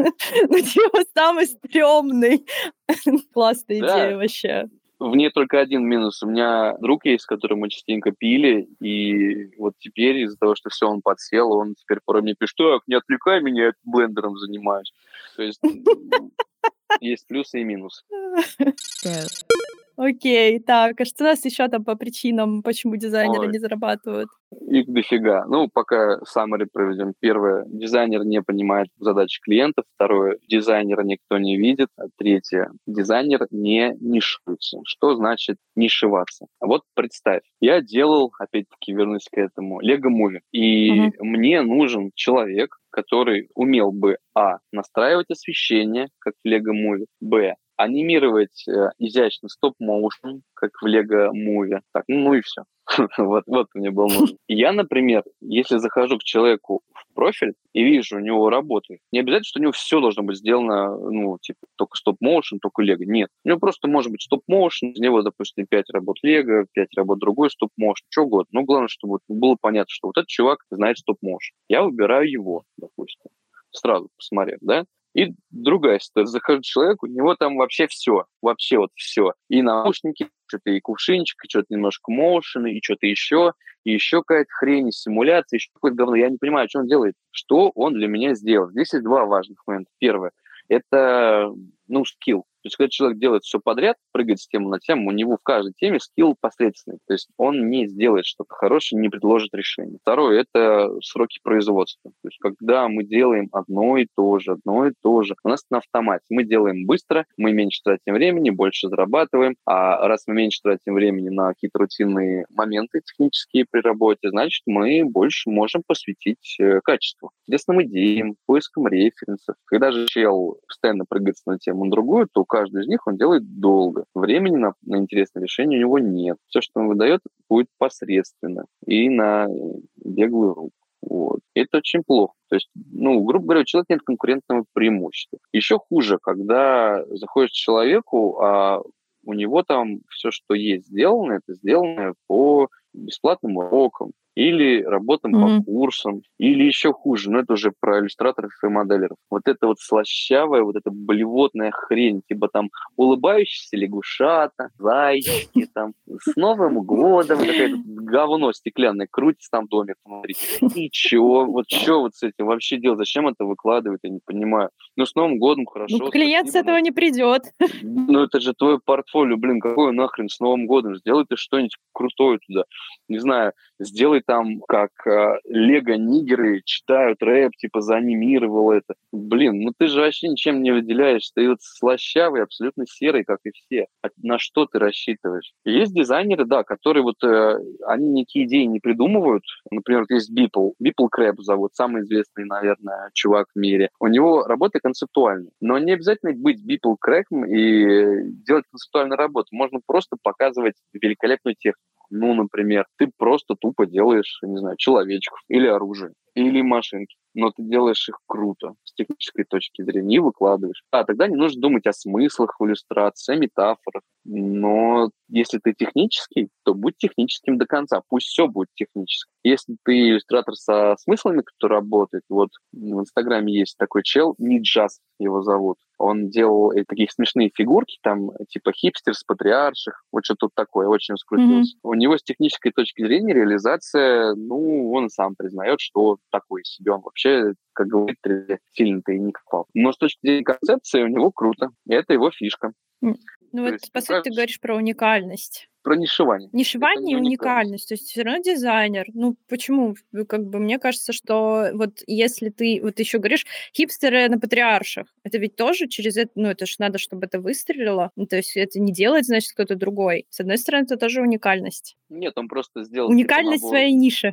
Типа, самый стрёмный. Классная идея вообще. В ней только один минус. У меня друг есть, с которым мы частенько пили, и вот теперь из-за того, что все, он подсел, он теперь порой мне пишет, так, не отвлекай меня, я блендером занимаюсь. То есть есть плюсы и минусы. Окей, так, а что у нас еще там по причинам, почему дизайнеры Ой, не зарабатывают? их дофига. Ну, пока summary проведем. Первое, дизайнер не понимает задач клиентов. Второе, дизайнера никто не видит. А третье, дизайнер не нишуется. Что значит нишеваться? А вот представь, я делал, опять-таки вернусь к этому, Lego Movie. И Мгм. мне нужен человек, который умел бы, настраивать освещение, как в Lego Movie, анимировать изящно стоп-моушен, как в Lego Movie. Так, ну и все. Вот мне был нужен. И я, например, если захожу к человеку в профиль и вижу у него работы, не обязательно, что у него все должно быть сделано, ну, типа, только стоп-моушен, только лего. Нет. У него просто может быть стоп-моушен, из него, допустим, 5 работ лего, 5 работ другой стоп-моушен, что угодно. Но главное, чтобы было понятно, что вот этот чувак знает стоп-моушен. Я выбираю его, допустим, сразу посмотрев, да? И другая ситуация. Захожу к человеку, у него там вообще все. Вообще вот все. И наушники, что-то и кувшинчик, и что-то немножко моушена, и что-то еще, и еще какая-то хрень, и симуляция, еще какое-то говно. Я не понимаю, что он делает. Что он для меня сделал? Здесь есть два важных момента. Первое. Это, ну, скилл. То есть, когда человек делает все подряд, прыгает с темы на тему, у него в каждой теме скилл посредственный. То есть, он не сделает что-то хорошее, не предложит решение. Второе– это сроки производства. То есть, когда мы делаем одно и то же, у нас на автомате. Мы делаем быстро, мы меньше тратим времени, больше зарабатываем. А раз мы меньше тратим времени на какие-то рутинные моменты технические при работе, значит, мы больше можем посвятить качеству. Интересным идеям, поискам референсов. Когда же чел постоянно прыгает на тему на другую, то каждый из них он делает долго. Времени на интересное решение у него нет. Все, что он выдает, будет посредственно и на беглую руку. Вот. Это очень плохо. То есть, ну, грубо говоря, у человека нет конкурентного преимущества. Еще хуже, когда заходишь к человеку, а у него там все, что есть сделано, это сделано по бесплатным урокам или работам по Мгм. курсам, или еще хуже, но это уже про иллюстраторов и моделеров. Вот это вот слащавая, вот эта блевотная хрень, типа там улыбающиеся лягушата, зайчики, там, с Новым годом, и какое-то говно стеклянное, крутится там домик внутри. И чё? Вот что вот с этим вообще делать? Зачем это выкладывать? Я не понимаю. Ну, с Новым годом, Ну, хорошо, клиент с спасибо, этого но не придет. ну, это же твое портфолио, блин, какое нахрен с Новым годом? Сделай ты что-нибудь крутое туда. Не знаю, сделай там, как лего-нигеры читают рэп, типа заанимировал это. Блин, ну ты же вообще ничем не выделяешься. Ты вот слащавый, абсолютно серый, как и все. А на что ты рассчитываешь? Есть дизайнеры, да, которые вот, они никакие идеи не придумывают. Например, вот есть Beeple. Beeple Крэб зовут, самый известный, наверное, чувак в мире. У него работа концептуальная. Но не обязательно быть Beeple Крэбом и делать концептуальную работу. Можно просто показывать великолепную технику. Ну, например, ты просто тупо делаешь, не знаю, человечков или оружие, или машинки. Но ты делаешь их круто, с технической точки зрения, и выкладываешь. Тогда не нужно думать о смыслах в иллюстрации, о метафорах. Но если ты технический, то будь техническим до конца. Пусть все будет технически. Если ты иллюстратор со смыслами, который работает, вот в Инстаграме есть такой чел, Ниджас его зовут. Он делал такие смешные фигурки, там, типа хипстер с патриарших, вот что тут такое, очень Мгм. раскрутился. У него с технической точки зрения реализация, ну, он сам признает, что такой себе. Он вообще, как говорит, 3D сильно-то и не копал. Но с точки зрения концепции у него круто. И это его фишка. Ну То вот, есть, по ну, сути, ты кажется, говоришь про уникальность. про нишевание. Это Нишевание не и уникальность. уникальность. То есть все равно дизайнер. Ну, почему? Как бы мне кажется, что вот если ты вот еще говоришь, хипстеры на патриарших, это ведь тоже через это, ну, это ж надо, чтобы это выстрелило. Ну, то есть это не делает, значит, кто-то другой. С одной стороны, это тоже уникальность. Нет, он просто сделал типа Уникальность в набор. своей нише.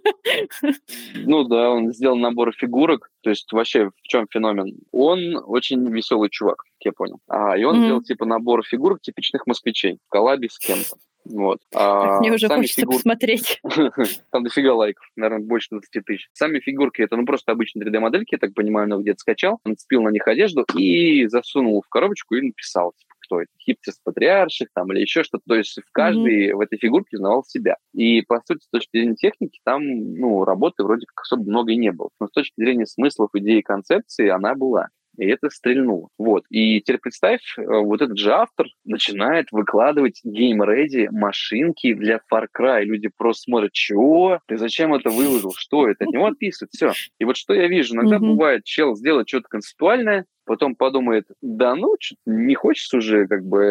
Ну да, он сделал набор фигурок. То есть вообще в чем феномен? Он очень веселый чувак, как я понял. И он сделал Мгм. типа набор фигурок типичных москвичей в коллабе с кем-то. Вот. Так, мне уже Сами хочется фигурки. посмотреть. Там дофига лайков, наверное, больше 20 тысяч. Сами фигурки это ну просто обычные 3D-модельки, я так понимаю, он где-то скачал, нацепил на них одежду и засунул в коробочку и написал, типа, кто это, хипстер патриарших там или еще что-то. То есть в Мгм. каждой в этой фигурке узнавал себя. И по сути, с точки зрения техники, там ну, работы вроде как особо много и не было. Но с точки зрения смыслов, идеи, концепции она была. И это стрельнуло. Вот. И теперь представь, вот этот же автор начинает выкладывать game-ready машинки для Far Cry. Люди просто смотрят, чего? Ты зачем это выложил? Что это? От него отписывают. Все. И вот что я вижу. Иногда Мгм. бывает, чел сделает что-то концептуальное, потом подумает, да ну, что-то не хочется уже как бы это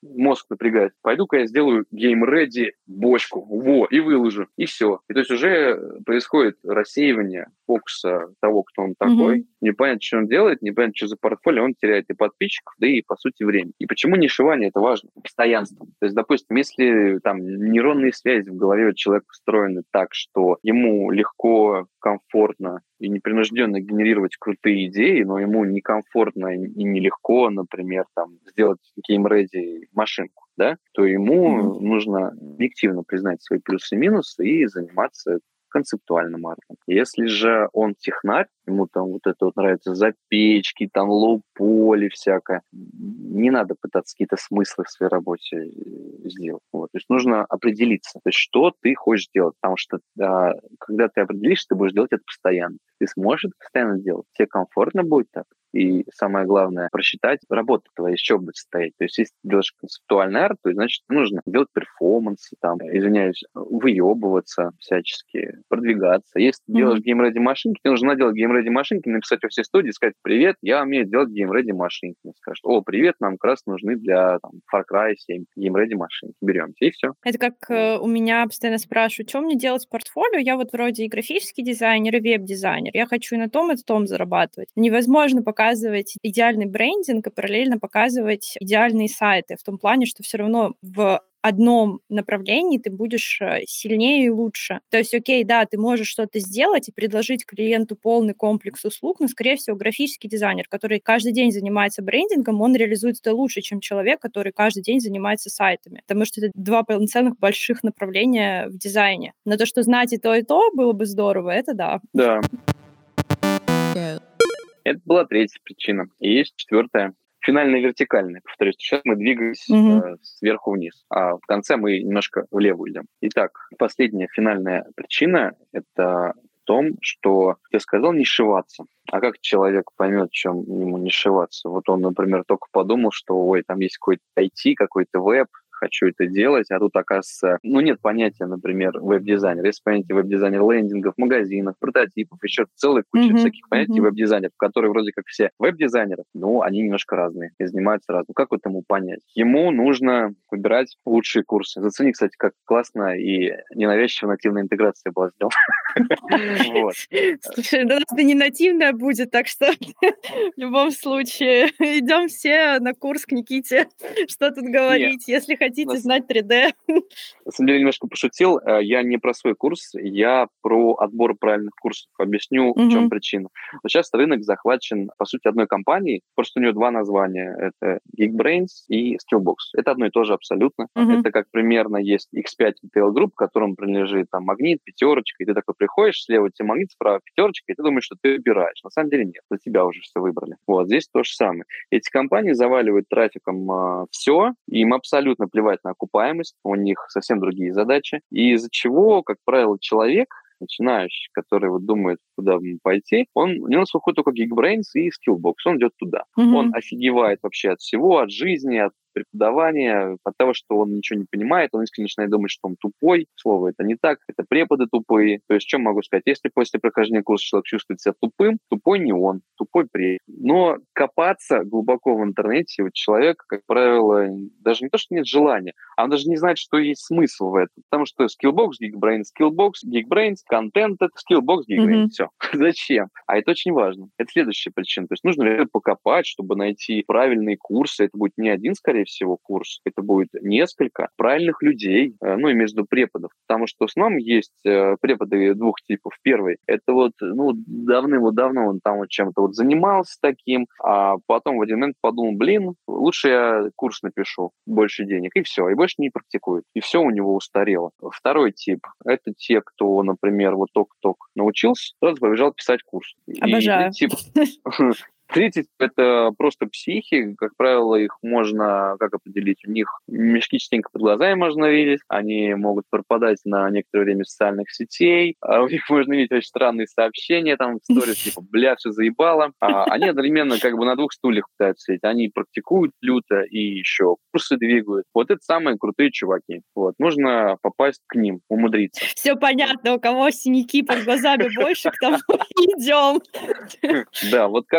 мозг напрягает. Пойду-ка я сделаю game-ready бочку, и выложу, и все. И то есть уже происходит рассеивание фокуса того, кто он такой, непонятно, что он делает, непонятно, что за портфолио, он теряет и подписчиков, да и, по сути, время. И почему нишевание это важно? Постоянство. То есть, допустим, если там нейронные связи в голове у человека устроены так, что ему легко, комфортно и непринужденно генерировать крутые идеи, но ему некомфортно и нелегко, например, там, сделать game-ready машинку, да, то ему нужно объективно признать свои плюсы и минусы и заниматься концептуальным артом. Если же он технарь, ему там вот это вот нравится запечки, там лоу-поли всякое, не надо пытаться какие-то смыслы в своей работе сделать. Вот. То есть нужно определиться, то есть что ты хочешь делать, потому что когда ты определишься, ты будешь делать это постоянно. Ты сможешь это постоянно делать, тебе комфортно будет так. И самое главное, просчитать, работа твоя из чего будет состоять. То есть если ты делаешь концептуальный арт, то значит нужно делать перформансы, там, извиняюсь, выебываться всячески, продвигаться. Если ты делаешь гейм-реди машинки, тебе нужно делать гейм-реди машинки, написать во все студии, сказать: привет, я умею делать гейм-реди машинки. Мне скажут: о, привет, нам как раз нужны для там, Far Cry 7 гейм-реди машинки. Беремте, и все. Это как у меня постоянно спрашивают, что мне делать в портфолио? Я вот вроде и графический дизайнер, и веб-дизайнер. Я хочу и на том зарабатывать. Невозможно показывать идеальный брендинг и параллельно показывать идеальные сайты. В том плане, что все равно в одном направлении ты будешь сильнее и лучше. То есть, окей, да, ты можешь что-то сделать и предложить клиенту полный комплекс услуг, но, скорее всего, графический дизайнер, который каждый день занимается брендингом, он реализует это лучше, чем человек, который каждый день занимается сайтами. Потому что это два полноценных больших направления в дизайне. Но то, что знать и то было бы здорово, это да. Да. Это была третья причина. И есть четвертая. Финальная вертикальная. Повторюсь, сейчас мы двигаемся сверху вниз, а в конце мы немножко влево идем. Итак, последняя финальная причина – это в том, что ты сказал нишеваться. А как человек поймет, чем ему нишеваться? Вот он, например, только подумал, что ой, там есть какой-то IT, какой-то веб, хочу это делать, а тут, оказывается, нет понятия, например, веб-дизайнер. Есть понятие веб-дизайнер лендингов, магазинов, прототипов, еще целая куча всяких понятий веб-дизайнеров, которые вроде как все веб-дизайнеры, но они немножко разные и занимаются разным. Как вот ему понять? Ему нужно выбирать лучшие курсы. Зацени, кстати, как классно и ненавязчиво нативная интеграция была сделана. Слушай, да у нас не нативная будет, так что в любом случае идем все на курс к Никите. Что тут говорить, если хотите знать 3D. На самом деле, немножко пошутил. Я не про свой курс, я про отбор правильных курсов. Объясню, в чем причина. Вот сейчас рынок захвачен, по сути, одной компанией. Просто у нее два названия. Это Geekbrains и Skillbox. Это одно и то же абсолютно. Это как примерно есть X5 Retail Group, которому принадлежит там Магнит, Пятерочка, и ты такой приходишь, слева тебе Магнит, справа Пятерочка, и ты думаешь, что ты выбираешь. На самом деле нет, за тебя уже все выбрали. Вот, здесь то же самое. Эти компании заваливают трафиком все, им абсолютно плевать на окупаемость, у них совсем другие задачи, и из-за чего, как правило, человек, начинающий, который вот думает, куда ему пойти, у него выходит только Geekbrains и Skillbox, он идет туда. Он офигевает вообще от всего, от жизни, от преподавания, от того, что он ничего не понимает, он искренне начинает думать, что он тупой. Слово это не так, это преподы тупые. То есть, что могу сказать? Если после прохождения курса человек чувствует себя тупым, тупой не он, тупой препод. Но копаться глубоко в интернете у человека, как правило, даже не то, что нет желания, а он даже не знает, что есть смысл в этом. Потому что Skillbox, Geekbrains, контент, это Skillbox, Geekbrains. Все. Зачем? А это очень важно. Это следующая причина. То есть нужно реально покопать, чтобы найти правильные курсы. Это будет не один, скорее всего, курс. Это будет несколько правильных людей, и между преподов. Потому что в основном есть преподы двух типов. Первый — это давным-давно он там чем-то занимался таким, а потом в один момент подумал, лучше я курс напишу, больше денег, и все, и больше не практикует. И все у него устарело. Второй тип — это те, кто, например, только-только научился, сразу побежал писать курс. Обожаю. Третий — это просто психи. Как правило, их можно, как определить, у них мешки частенько под глазами можно видеть, они могут пропадать на некоторое время социальных сетей, у них можно видеть очень странные сообщения, там, в сторис, типа, бля, все заебало. Они одновременно на двух стульях пытаются сидеть. Они практикуют люто и еще курсы двигают. Вот это самые крутые чуваки. Вот. Нужно попасть к ним, умудриться. Все понятно, у кого синяки под глазами больше, к тому идем. Да, вот как так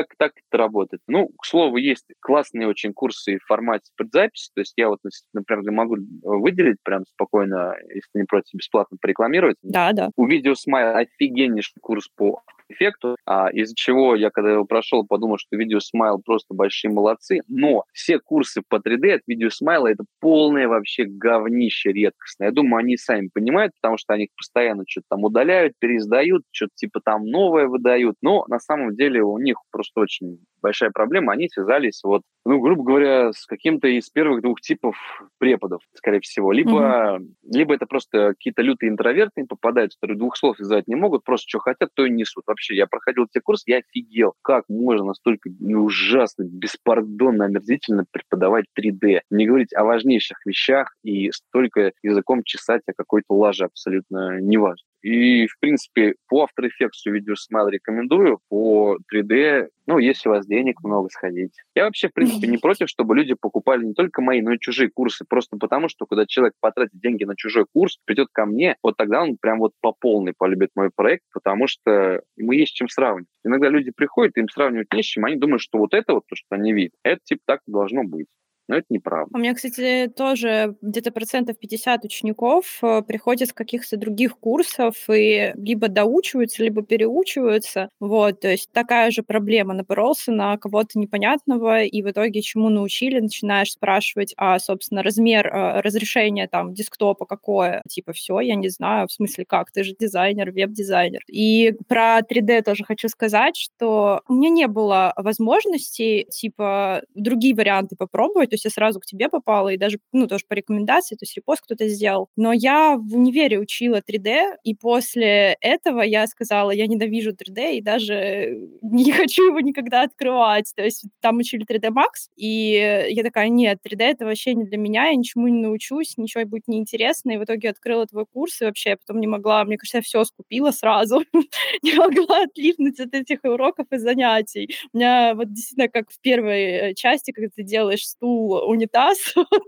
это работает. Ну, к слову, есть классные очень курсы в формате предзаписи, то есть я вот, например, могу выделить прям спокойно, если не против, бесплатно порекламировать. Да, да. У Видеосмайл офигеннейший курс по эффекту, из-за чего я, когда его прошел, подумал, что Видеосмайл просто большие молодцы, но все курсы по 3D от Видеосмайла это полное вообще говнище редкостное. Я думаю, они сами понимают, потому что они постоянно что-то там удаляют, переиздают, что-то типа там новое выдают, но на самом деле у них просто очень большая проблема, они связались вот, ну, грубо говоря, с каким-то из первых двух типов преподов, скорее всего. Либо это просто какие-то лютые интроверты попадают, которые двух слов связать не могут, просто что хотят, то и несут. Вообще, я проходил те курсы, я офигел, как можно настолько ужасно, беспардонно, омерзительно преподавать 3D. Не говорить о важнейших вещах и столько языком чесать о какой-то лаже абсолютно неважно. И, в принципе, по After Effects Видеосмайл рекомендую, по 3D, ну, если у вас денег много, сходить. Я вообще, в принципе, не против, чтобы люди покупали не только мои, но и чужие курсы, просто потому, что когда человек потратит деньги на чужой курс, придет ко мне, вот тогда он прям вот по полной полюбит мой проект, потому что ему есть чем сравнивать. Иногда люди приходят, им сравнивать не с чем, они думают, что вот это вот то, что они видят, это типа так должно быть. Но это неправда. У меня, кстати, тоже где-то 50% учеников приходят с каких-то других курсов и либо доучиваются, либо переучиваются. Вот, то есть такая же проблема. Напоролся на кого-то непонятного, и в итоге чему научили, начинаешь спрашивать, собственно, размер разрешения там десктопа какое. Типа, все, я не знаю, в смысле как, ты же дизайнер, веб-дизайнер. И про 3D тоже хочу сказать, что у меня не было возможности, типа, другие варианты попробовать. То есть я сразу к тебе попала, и даже, тоже по рекомендации, то есть репост кто-то сделал. Но я в универе учила 3D, и после этого я сказала, я ненавижу 3D, и даже не хочу его никогда открывать. То есть там учили 3D Max, и я такая, нет, 3D это вообще не для меня, я ничему не научусь, ничего будет неинтересно, и в итоге открыла твой курс, и вообще я потом не могла, мне кажется, я все скупила сразу, не могла отлипнуть от этих уроков и занятий. У меня вот действительно, как в первой части, когда ты делаешь стул, унитаз, вот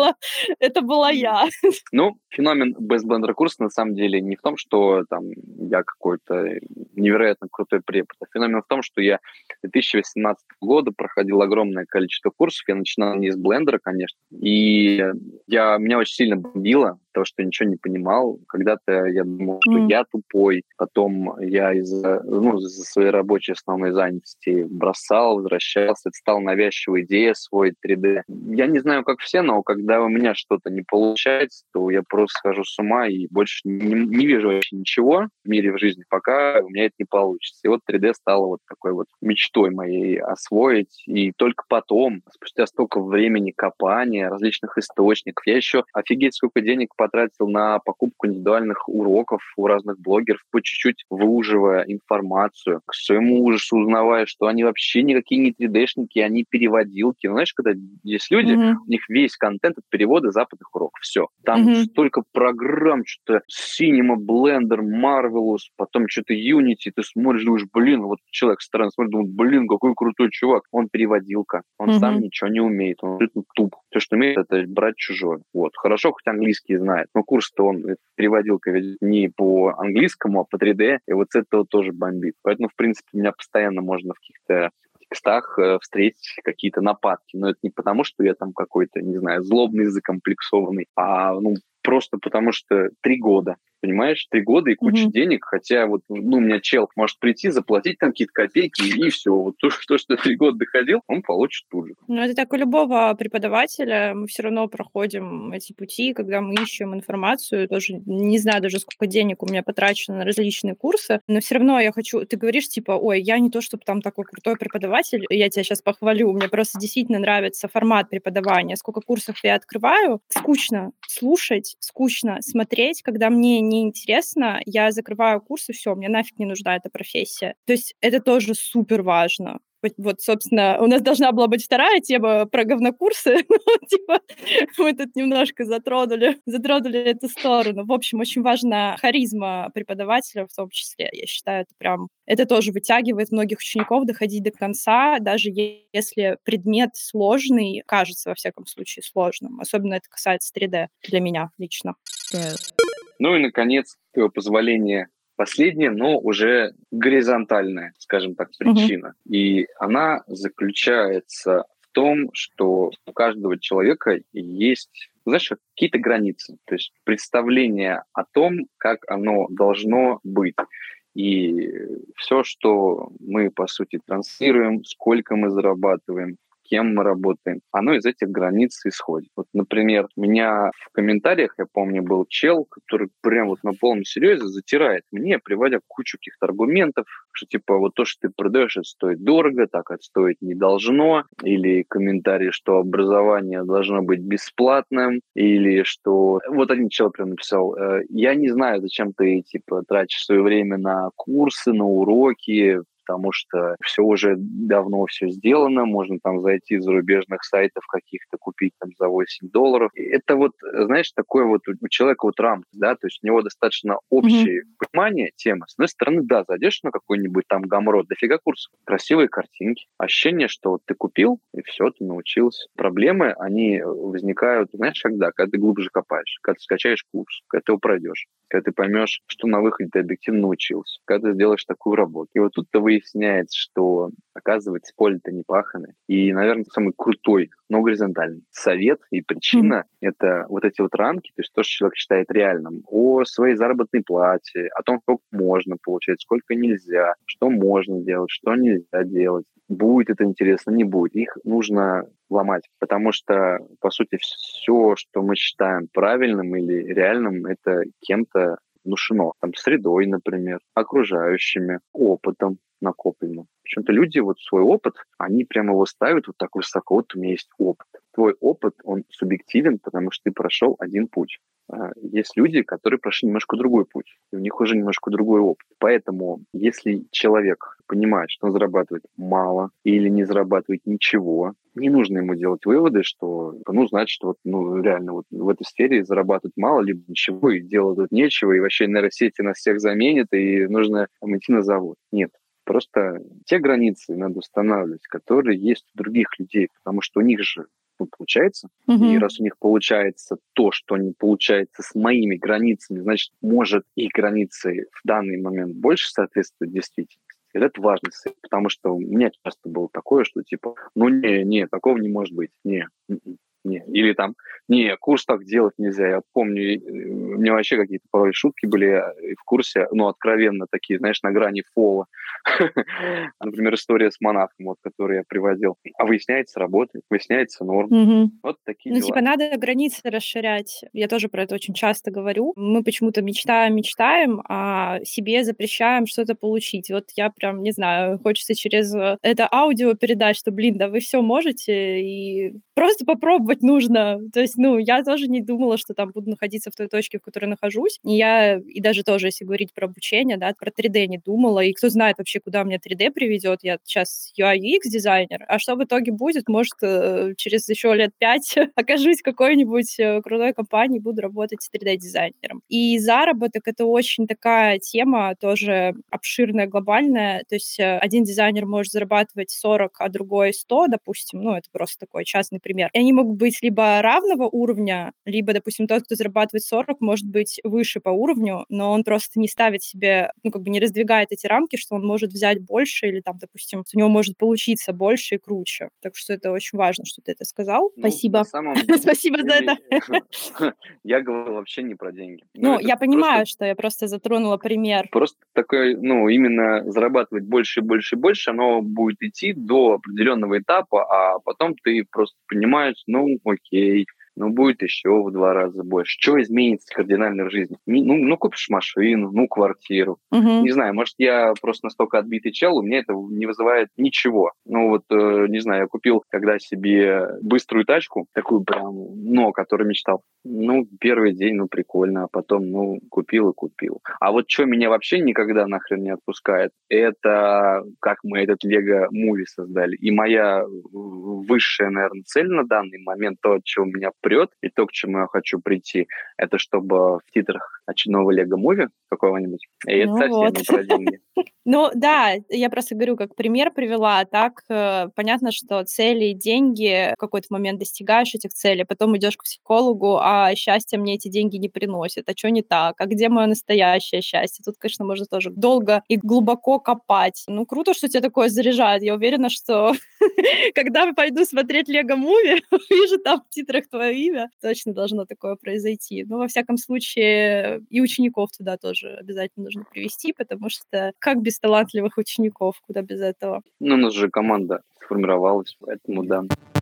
это была я. Ну, феномен Best Blender курса на самом деле не в том, что там я какой-то невероятно крутой препод, а феномен в том, что я 2018 года проходил огромное количество курсов, я начинал не с блендера, конечно, и меня очень сильно бомбило, то, что я ничего не понимал. Когда-то я думал, что я тупой, потом я из-за своей рабочей основной занятости бросал, возвращался, это стала навязчивая идея освоить 3D. Я не знаю, как все, но когда у меня что-то не получается, то я просто схожу с ума и больше не вижу вообще ничего в мире, в жизни, пока у меня это не получится. И вот 3D стало вот такой вот мечтой моей освоить. И только потом, спустя столько времени копания, различных источников, я еще офигеть сколько денег потратил на покупку индивидуальных уроков у разных блогеров, по чуть-чуть выуживая информацию. К своему ужасу узнавая, что они вообще никакие не 3D-шники, они переводилки. Ну, знаешь, когда есть люди, у них весь контент — это переводы западных уроков. Все. Там столько программ, что-то Cinema, Blender, Marvelous, потом что-то Unity. Ты смотришь, думаешь, блин, вот человек со стороны смотрит, думает, блин, какой крутой чувак. Он переводилка. Он сам ничего не умеет. Он абсолютно туп. Все, что умеет, это брать чужое. Вот. Хорошо, хоть английский знает. Но курс-то он переводилка ведь не по английскому, а по 3D. И вот с этого тоже бомбит. Поэтому, в принципе, меня постоянно можно в каких-то текстах встретить какие-то нападки. Но это не потому, что я там какой-то, не знаю, злобный, закомплексованный, а просто потому что 3 года. Понимаешь, 3 года и куча денег, хотя вот, у меня чел может прийти, заплатить там какие-то копейки, и все. Вот то, что 3 года доходил, он получит тут же. Ну, это так у любого преподавателя. Мы все равно проходим эти пути, когда мы ищем информацию. Тоже не знаю даже, сколько денег у меня потрачено на различные курсы, но все равно я хочу... Ты говоришь, типа, ой, я не то, чтобы там такой крутой преподаватель, я тебя сейчас похвалю, мне просто действительно нравится формат преподавания. Сколько курсов я открываю, скучно слушать, скучно смотреть, когда мне неинтересно, я закрываю курс, и все, мне нафиг не нужна эта профессия. То есть это тоже супер важно. Вот, собственно, у нас должна была быть вторая тема про говнокурсы. Типа, мы тут немножко затронули эту сторону. В общем, очень важна харизма преподавателя в том числе. Я считаю, это тоже вытягивает многих учеников доходить до конца, даже если предмет сложный, кажется, во всяком случае, сложным. Особенно это касается 3D для меня лично. Ну и, наконец, с твоего позволения, последняя, но уже горизонтальная, скажем так, причина. И она заключается в том, что у каждого человека есть, знаешь, какие-то границы, то есть представление о том, как оно должно быть. И все, что мы, по сути, транслируем, сколько мы зарабатываем, кем мы работаем, оно из этих границ исходит. Вот, например, у меня в комментариях, я помню, был чел, который прям вот на полном серьезе затирает мне, приводя кучу каких-то аргументов, что типа вот то, что ты продаешь, это стоит дорого, так это стоить не должно, или комментарий, что образование должно быть бесплатным, или что... Вот один чел прям написал, я не знаю, зачем ты типа тратишь свое время на курсы, на уроки, потому что все уже давно все сделано, можно там зайти с зарубежных сайтов каких-то, купить там за $8. И это вот, знаешь, такое вот у человека вот рамка, да, то есть у него достаточно общее понимание темы. С одной стороны, да, зайдешь на какой-нибудь там Гамрот, дофига курсов, красивые картинки, ощущение, что вот ты купил, и все, ты научился. Проблемы, они возникают, знаешь, когда ты глубже копаешь, когда ты скачаешь курс, когда ты его пройдешь, когда ты поймешь, что на выходе ты объективно научился, когда ты сделаешь такую работу. И вот тут-то выясняется, что, оказывается, поле-то не пахано. И, наверное, самый крутой, но горизонтальный совет и причина — это вот эти вот рамки, то есть то, что человек считает реальным, о своей заработной плате, о том, сколько можно получать, сколько нельзя, что можно делать, что нельзя делать. Будет это интересно, не будет. Их нужно ломать, потому что, по сути, все, что мы считаем правильным или реальным, это кем-то внушено. Там, средой, например, окружающими, опытом накопленным. Почему-то люди вот свой опыт, они прямо его ставят вот так высоко. Вот у меня есть опыт. Твой опыт, он субъективен, потому что ты прошел один путь. Есть люди, которые прошли немножко другой путь, и у них уже немножко другой опыт. Поэтому, если человек понимает, что он зарабатывает мало или не зарабатывает ничего, не нужно ему делать выводы, что, значит, что вот, реально вот в этой сфере зарабатывать мало, либо ничего, и делать тут нечего, и вообще нейросети нас всех заменят, и нужно идти на завод. Нет. Просто те границы надо устанавливать, которые есть у других людей, потому что у них же получается. И раз у них получается то, что не получается с моими границами, значит, может их границы в данный момент больше соответствуют действительности. И это важно, потому что у меня часто было такое, что типа, такого не может быть, не. Или там, курс так делать нельзя. Я помню, у меня вообще какие-то порой шутки были в курсе, откровенно такие, знаешь, на грани фола. Например, история с монахом, которую я приводил. А выясняется, работает, выясняется норм. Вот такие дела. Типа надо границы расширять. Я тоже про это очень часто говорю. Мы почему-то мечтаем, а себе запрещаем что-то получить. Вот я прям, не знаю, хочется через это аудио передать, что, да вы все можете, и просто попробовать нужно. То есть, я тоже не думала, что там буду находиться в той точке, в которой нахожусь. И даже тоже, если говорить про обучение, да, про 3D не думала. И кто знает вообще, куда меня 3D приведет. Я сейчас UI UX дизайнер. А что в итоге будет? Может, через еще лет 5 окажусь в какой-нибудь крутой компании, буду работать 3D-дизайнером. И заработок — это очень такая тема, тоже обширная, глобальная. То есть один дизайнер может зарабатывать 40, а другой 100, допустим. Это просто такой частный пример. И они могут быть либо равного уровня, либо, допустим, тот, кто зарабатывает 40, может быть выше по уровню, но он просто не ставит себе, не раздвигает эти рамки, что он может взять больше или там, допустим, у него может получиться больше и круче. Так что это очень важно, что ты это сказал. Спасибо. Спасибо за это. Я говорил вообще не про деньги. Я понимаю, что я просто затронула пример. Просто такое, именно зарабатывать больше и больше и больше, оно будет идти до определенного этапа, а потом ты просто понимаешь, окей, будет еще в 2 раза больше. Что изменится кардинально в жизни? Купишь машину, квартиру. Не знаю, может, я просто настолько отбитый чел, у меня это не вызывает ничего. Не знаю, я купил когда себе быструю тачку, такую прям, о которой мечтал. Первый день, прикольно, а потом, купил и купил. А вот что меня вообще никогда нахрен не отпускает, это как мы этот Лего-муви создали. И моя высшая, наверное, цель на данный момент, то, от чего меня прет, и то, к чему я хочу прийти, это чтобы в титрах очередного Лего-муви какого-нибудь, и это Ну совсем вот. не про деньги. Ну да, я просто говорю, как пример привела, а так понятно, что цели и деньги, в какой-то момент достигаешь этих целей, потом идешь к психологу, а счастье мне эти деньги не приносят, а что не так, а где мое настоящее счастье? Тут, конечно, можно тоже долго и глубоко копать. Ну, круто, что тебя такое заряжает. Я уверена, что когда пойду смотреть Лего Муви, вижу там в титрах твое имя, точно должно такое произойти. Ну, во всяком случае, и учеников туда тоже обязательно нужно привести, потому что как без талантливых учеников, куда без этого? Ну, у нас же команда сформировалась, поэтому да.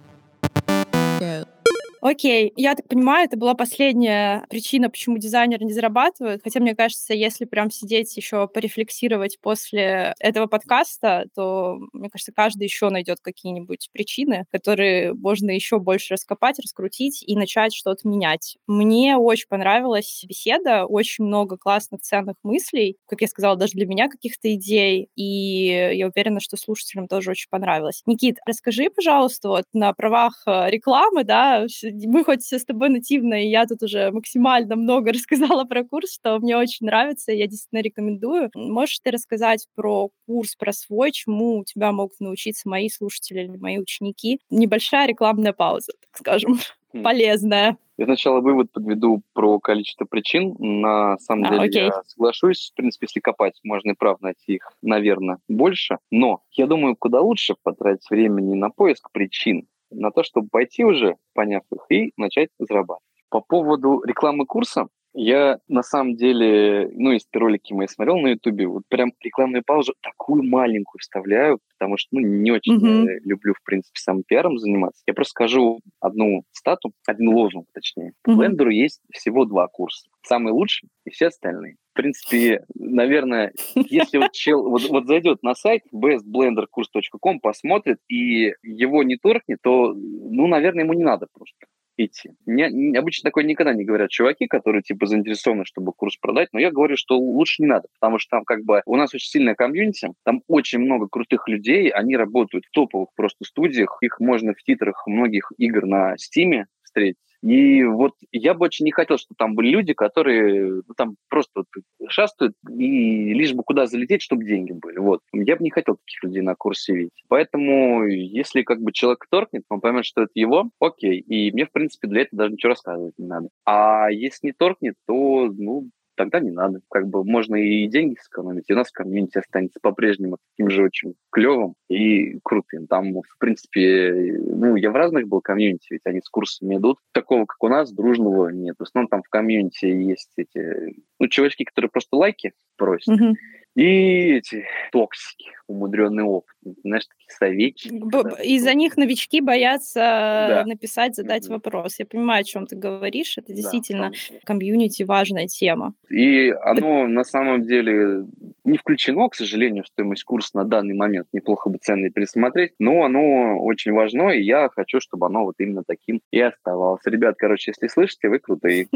Окей, я так понимаю, это была последняя причина, почему дизайнеры не зарабатывают. Хотя, мне кажется, если прям сидеть еще порефлексировать после этого подкаста, то, мне кажется, каждый еще найдет какие-нибудь причины, которые можно еще больше раскопать, раскрутить и начать что-то менять. Мне очень понравилась беседа, очень много классных, ценных мыслей, как я сказала, даже для меня каких-то идей, и я уверена, что слушателям тоже очень понравилось. Никит, расскажи, пожалуйста, вот на правах рекламы, да, мы хоть с тобой нативно, и я тут уже максимально много рассказала про курс, что мне очень нравится, и я действительно рекомендую. Можешь ты рассказать про курс, про свой, чему у тебя могут научиться мои слушатели или мои ученики? Небольшая рекламная пауза, так скажем, полезная. Я сначала вывод подведу про количество причин. На самом деле Окей. я соглашусь. В принципе, если копать, можно и правда найти их, наверное, больше. Но я думаю, куда лучше потратить время не на поиск причин, на то, чтобы пойти уже, поняв их, и начать зарабатывать. По поводу рекламы курса, я на самом деле, ну, если ты ролики мои смотрел на Ютубе, вот прям рекламную паузу такую маленькую вставляю, потому что, ну, не очень я люблю, в принципе, сам пиаром заниматься. Я просто скажу одну стату, один лозунг, точнее. К блендеру есть всего 2 курса. Самый лучший и все остальные. В принципе, наверное, если вот чел вот зайдет на сайт bestblenderkurs.com, посмотрит, и его не торкнет, то, ну, наверное, ему не надо просто идти. Обычно такое никогда не говорят чуваки, которые типа заинтересованы, чтобы курс продать, но я говорю, что лучше не надо, потому что там как бы у нас очень сильная комьюнити, там очень много крутых людей, они работают в топовых просто студиях, их можно в титрах многих игр на Стиме встретить. И вот я бы очень не хотел, чтобы там были люди, которые там просто вот шастают, и лишь бы куда залететь, чтобы деньги были. Вот. Я бы не хотел таких людей на курсе видеть. Поэтому, если как бы человек торкнет, он поймет, что это его, окей. И мне, в принципе, для этого даже ничего рассказывать не надо. А если не торкнет, то, ну, тогда не надо. Как бы можно и деньги сэкономить, и у нас комьюнити останется по-прежнему таким же очень клевым и крутым. Там, в принципе, ну, я в разных был комьюнити, ведь они с курсами идут. Такого, как у нас, дружного нет. В основном там в комьюнити есть эти, ну, чувачки, которые просто лайки просят. И эти токсики, умудренный опыт. Знаешь, такие советчики. Из-за них новички боятся Да. написать, задать вопрос. Я понимаю, о чем ты говоришь. Это Да, действительно там. комьюнити важная тема. И оно на самом деле не включено, к сожалению, в стоимость курса на данный момент. Неплохо бы цены пересмотреть, но оно очень важно, и я хочу, чтобы оно вот именно таким и оставалось. Ребят, короче, если слышите, вы крутые.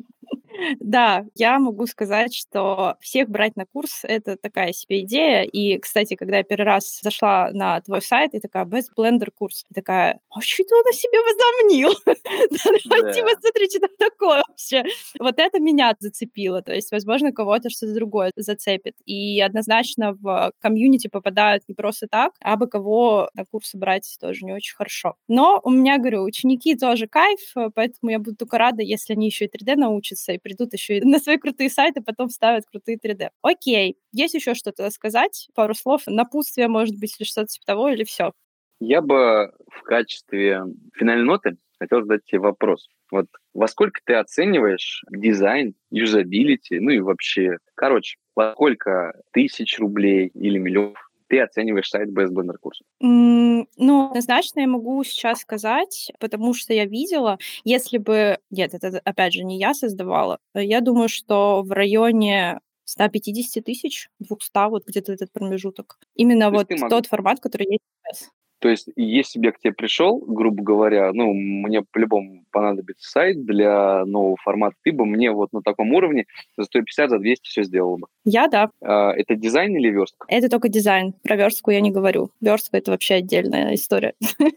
Да, я могу сказать, что всех брать на курс — это такая себе идея. И, кстати, когда я первый раз зашла на твой сайт, и такая Best Blender курс, и такая, а что это он о себе возомнил? Давайте посмотрим, что там такое вообще. Вот это меня зацепило. То есть, возможно, кого-то что-то другое зацепит. И однозначно в комьюнити попадают не просто так, а бы кого на курсы брать тоже не очень хорошо. Но у меня, говорю, ученики тоже кайф, поэтому я буду только рада, если они еще и 3D научатся и придут еще и на свои крутые сайты, потом ставят крутые 3D. Окей, есть еще что-то сказать? Пару слов, напутствие, может быть, или что-то типа того, или все? Я бы в качестве финальной ноты хотел задать тебе вопрос. Вот во сколько ты оцениваешь дизайн, юзабилити, ну и вообще, короче, во сколько тысяч рублей или миллионов ты оцениваешь сайт Best Blender курса? Ну, однозначно я могу сейчас сказать, потому что я видела, если бы... Нет, это, опять же, не я создавала. Я думаю, что в районе 150 тысяч, 200, вот где-то этот промежуток. Именно вот тот формат, который есть сейчас. То есть, если бы я к тебе пришел, грубо говоря, ну, мне по-любому понадобится сайт для нового формата, ты бы мне вот на таком уровне за 150, за 200 все сделал бы. Да. Это дизайн или верстка? Это только дизайн. Про верстку я не говорю. Верстка — это вообще отдельная история.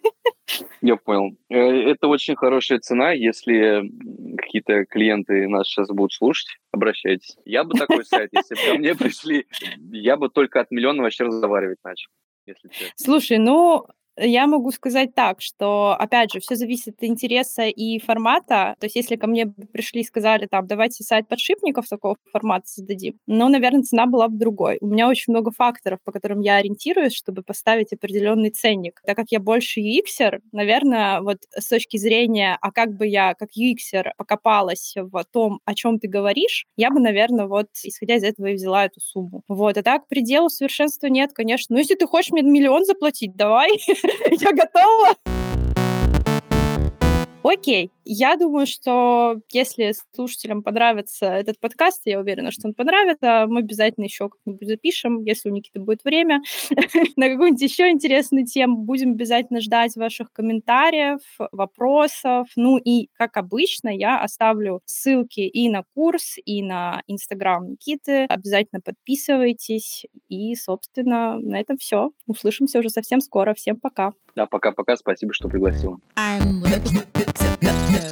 Я понял. Это очень хорошая цена, если какие-то клиенты нас сейчас будут слушать, обращайтесь. Я бы такой сайт, если бы ко мне пришли, я бы только от миллиона вообще разговаривать начал, если честно. Слушай, ну, я могу сказать так, что, опять же, все зависит от интереса и формата. То есть если ко мне бы пришли и сказали, там, давайте сайт подшипников такого формата создадим, ну, наверное, цена была бы другой. У меня очень много факторов, по которым я ориентируюсь, чтобы поставить определенный ценник. Так как я больше UX-ер, наверное, вот с точки зрения, а как бы я, как UX-ер, покопалась в том, о чем ты говоришь, я бы, наверное, вот, исходя из этого и взяла эту сумму. Вот, а так предела совершенства нет, конечно. Ну, если ты хочешь мне 1 000 000 заплатить, давай. Я готова. Окей. Я думаю, что если слушателям понравится этот подкаст, я уверена, что он понравится, мы обязательно еще как-нибудь запишем, если у Никиты будет время, на какую-нибудь еще интересную тему. Будем обязательно ждать ваших комментариев, вопросов. Ну и, как обычно, я оставлю ссылки и на курс, и на Инстаграм Никиты. Обязательно подписывайтесь. И, собственно, на этом все. Услышимся уже совсем скоро. Всем пока. Да, пока-пока, спасибо, что пригласил.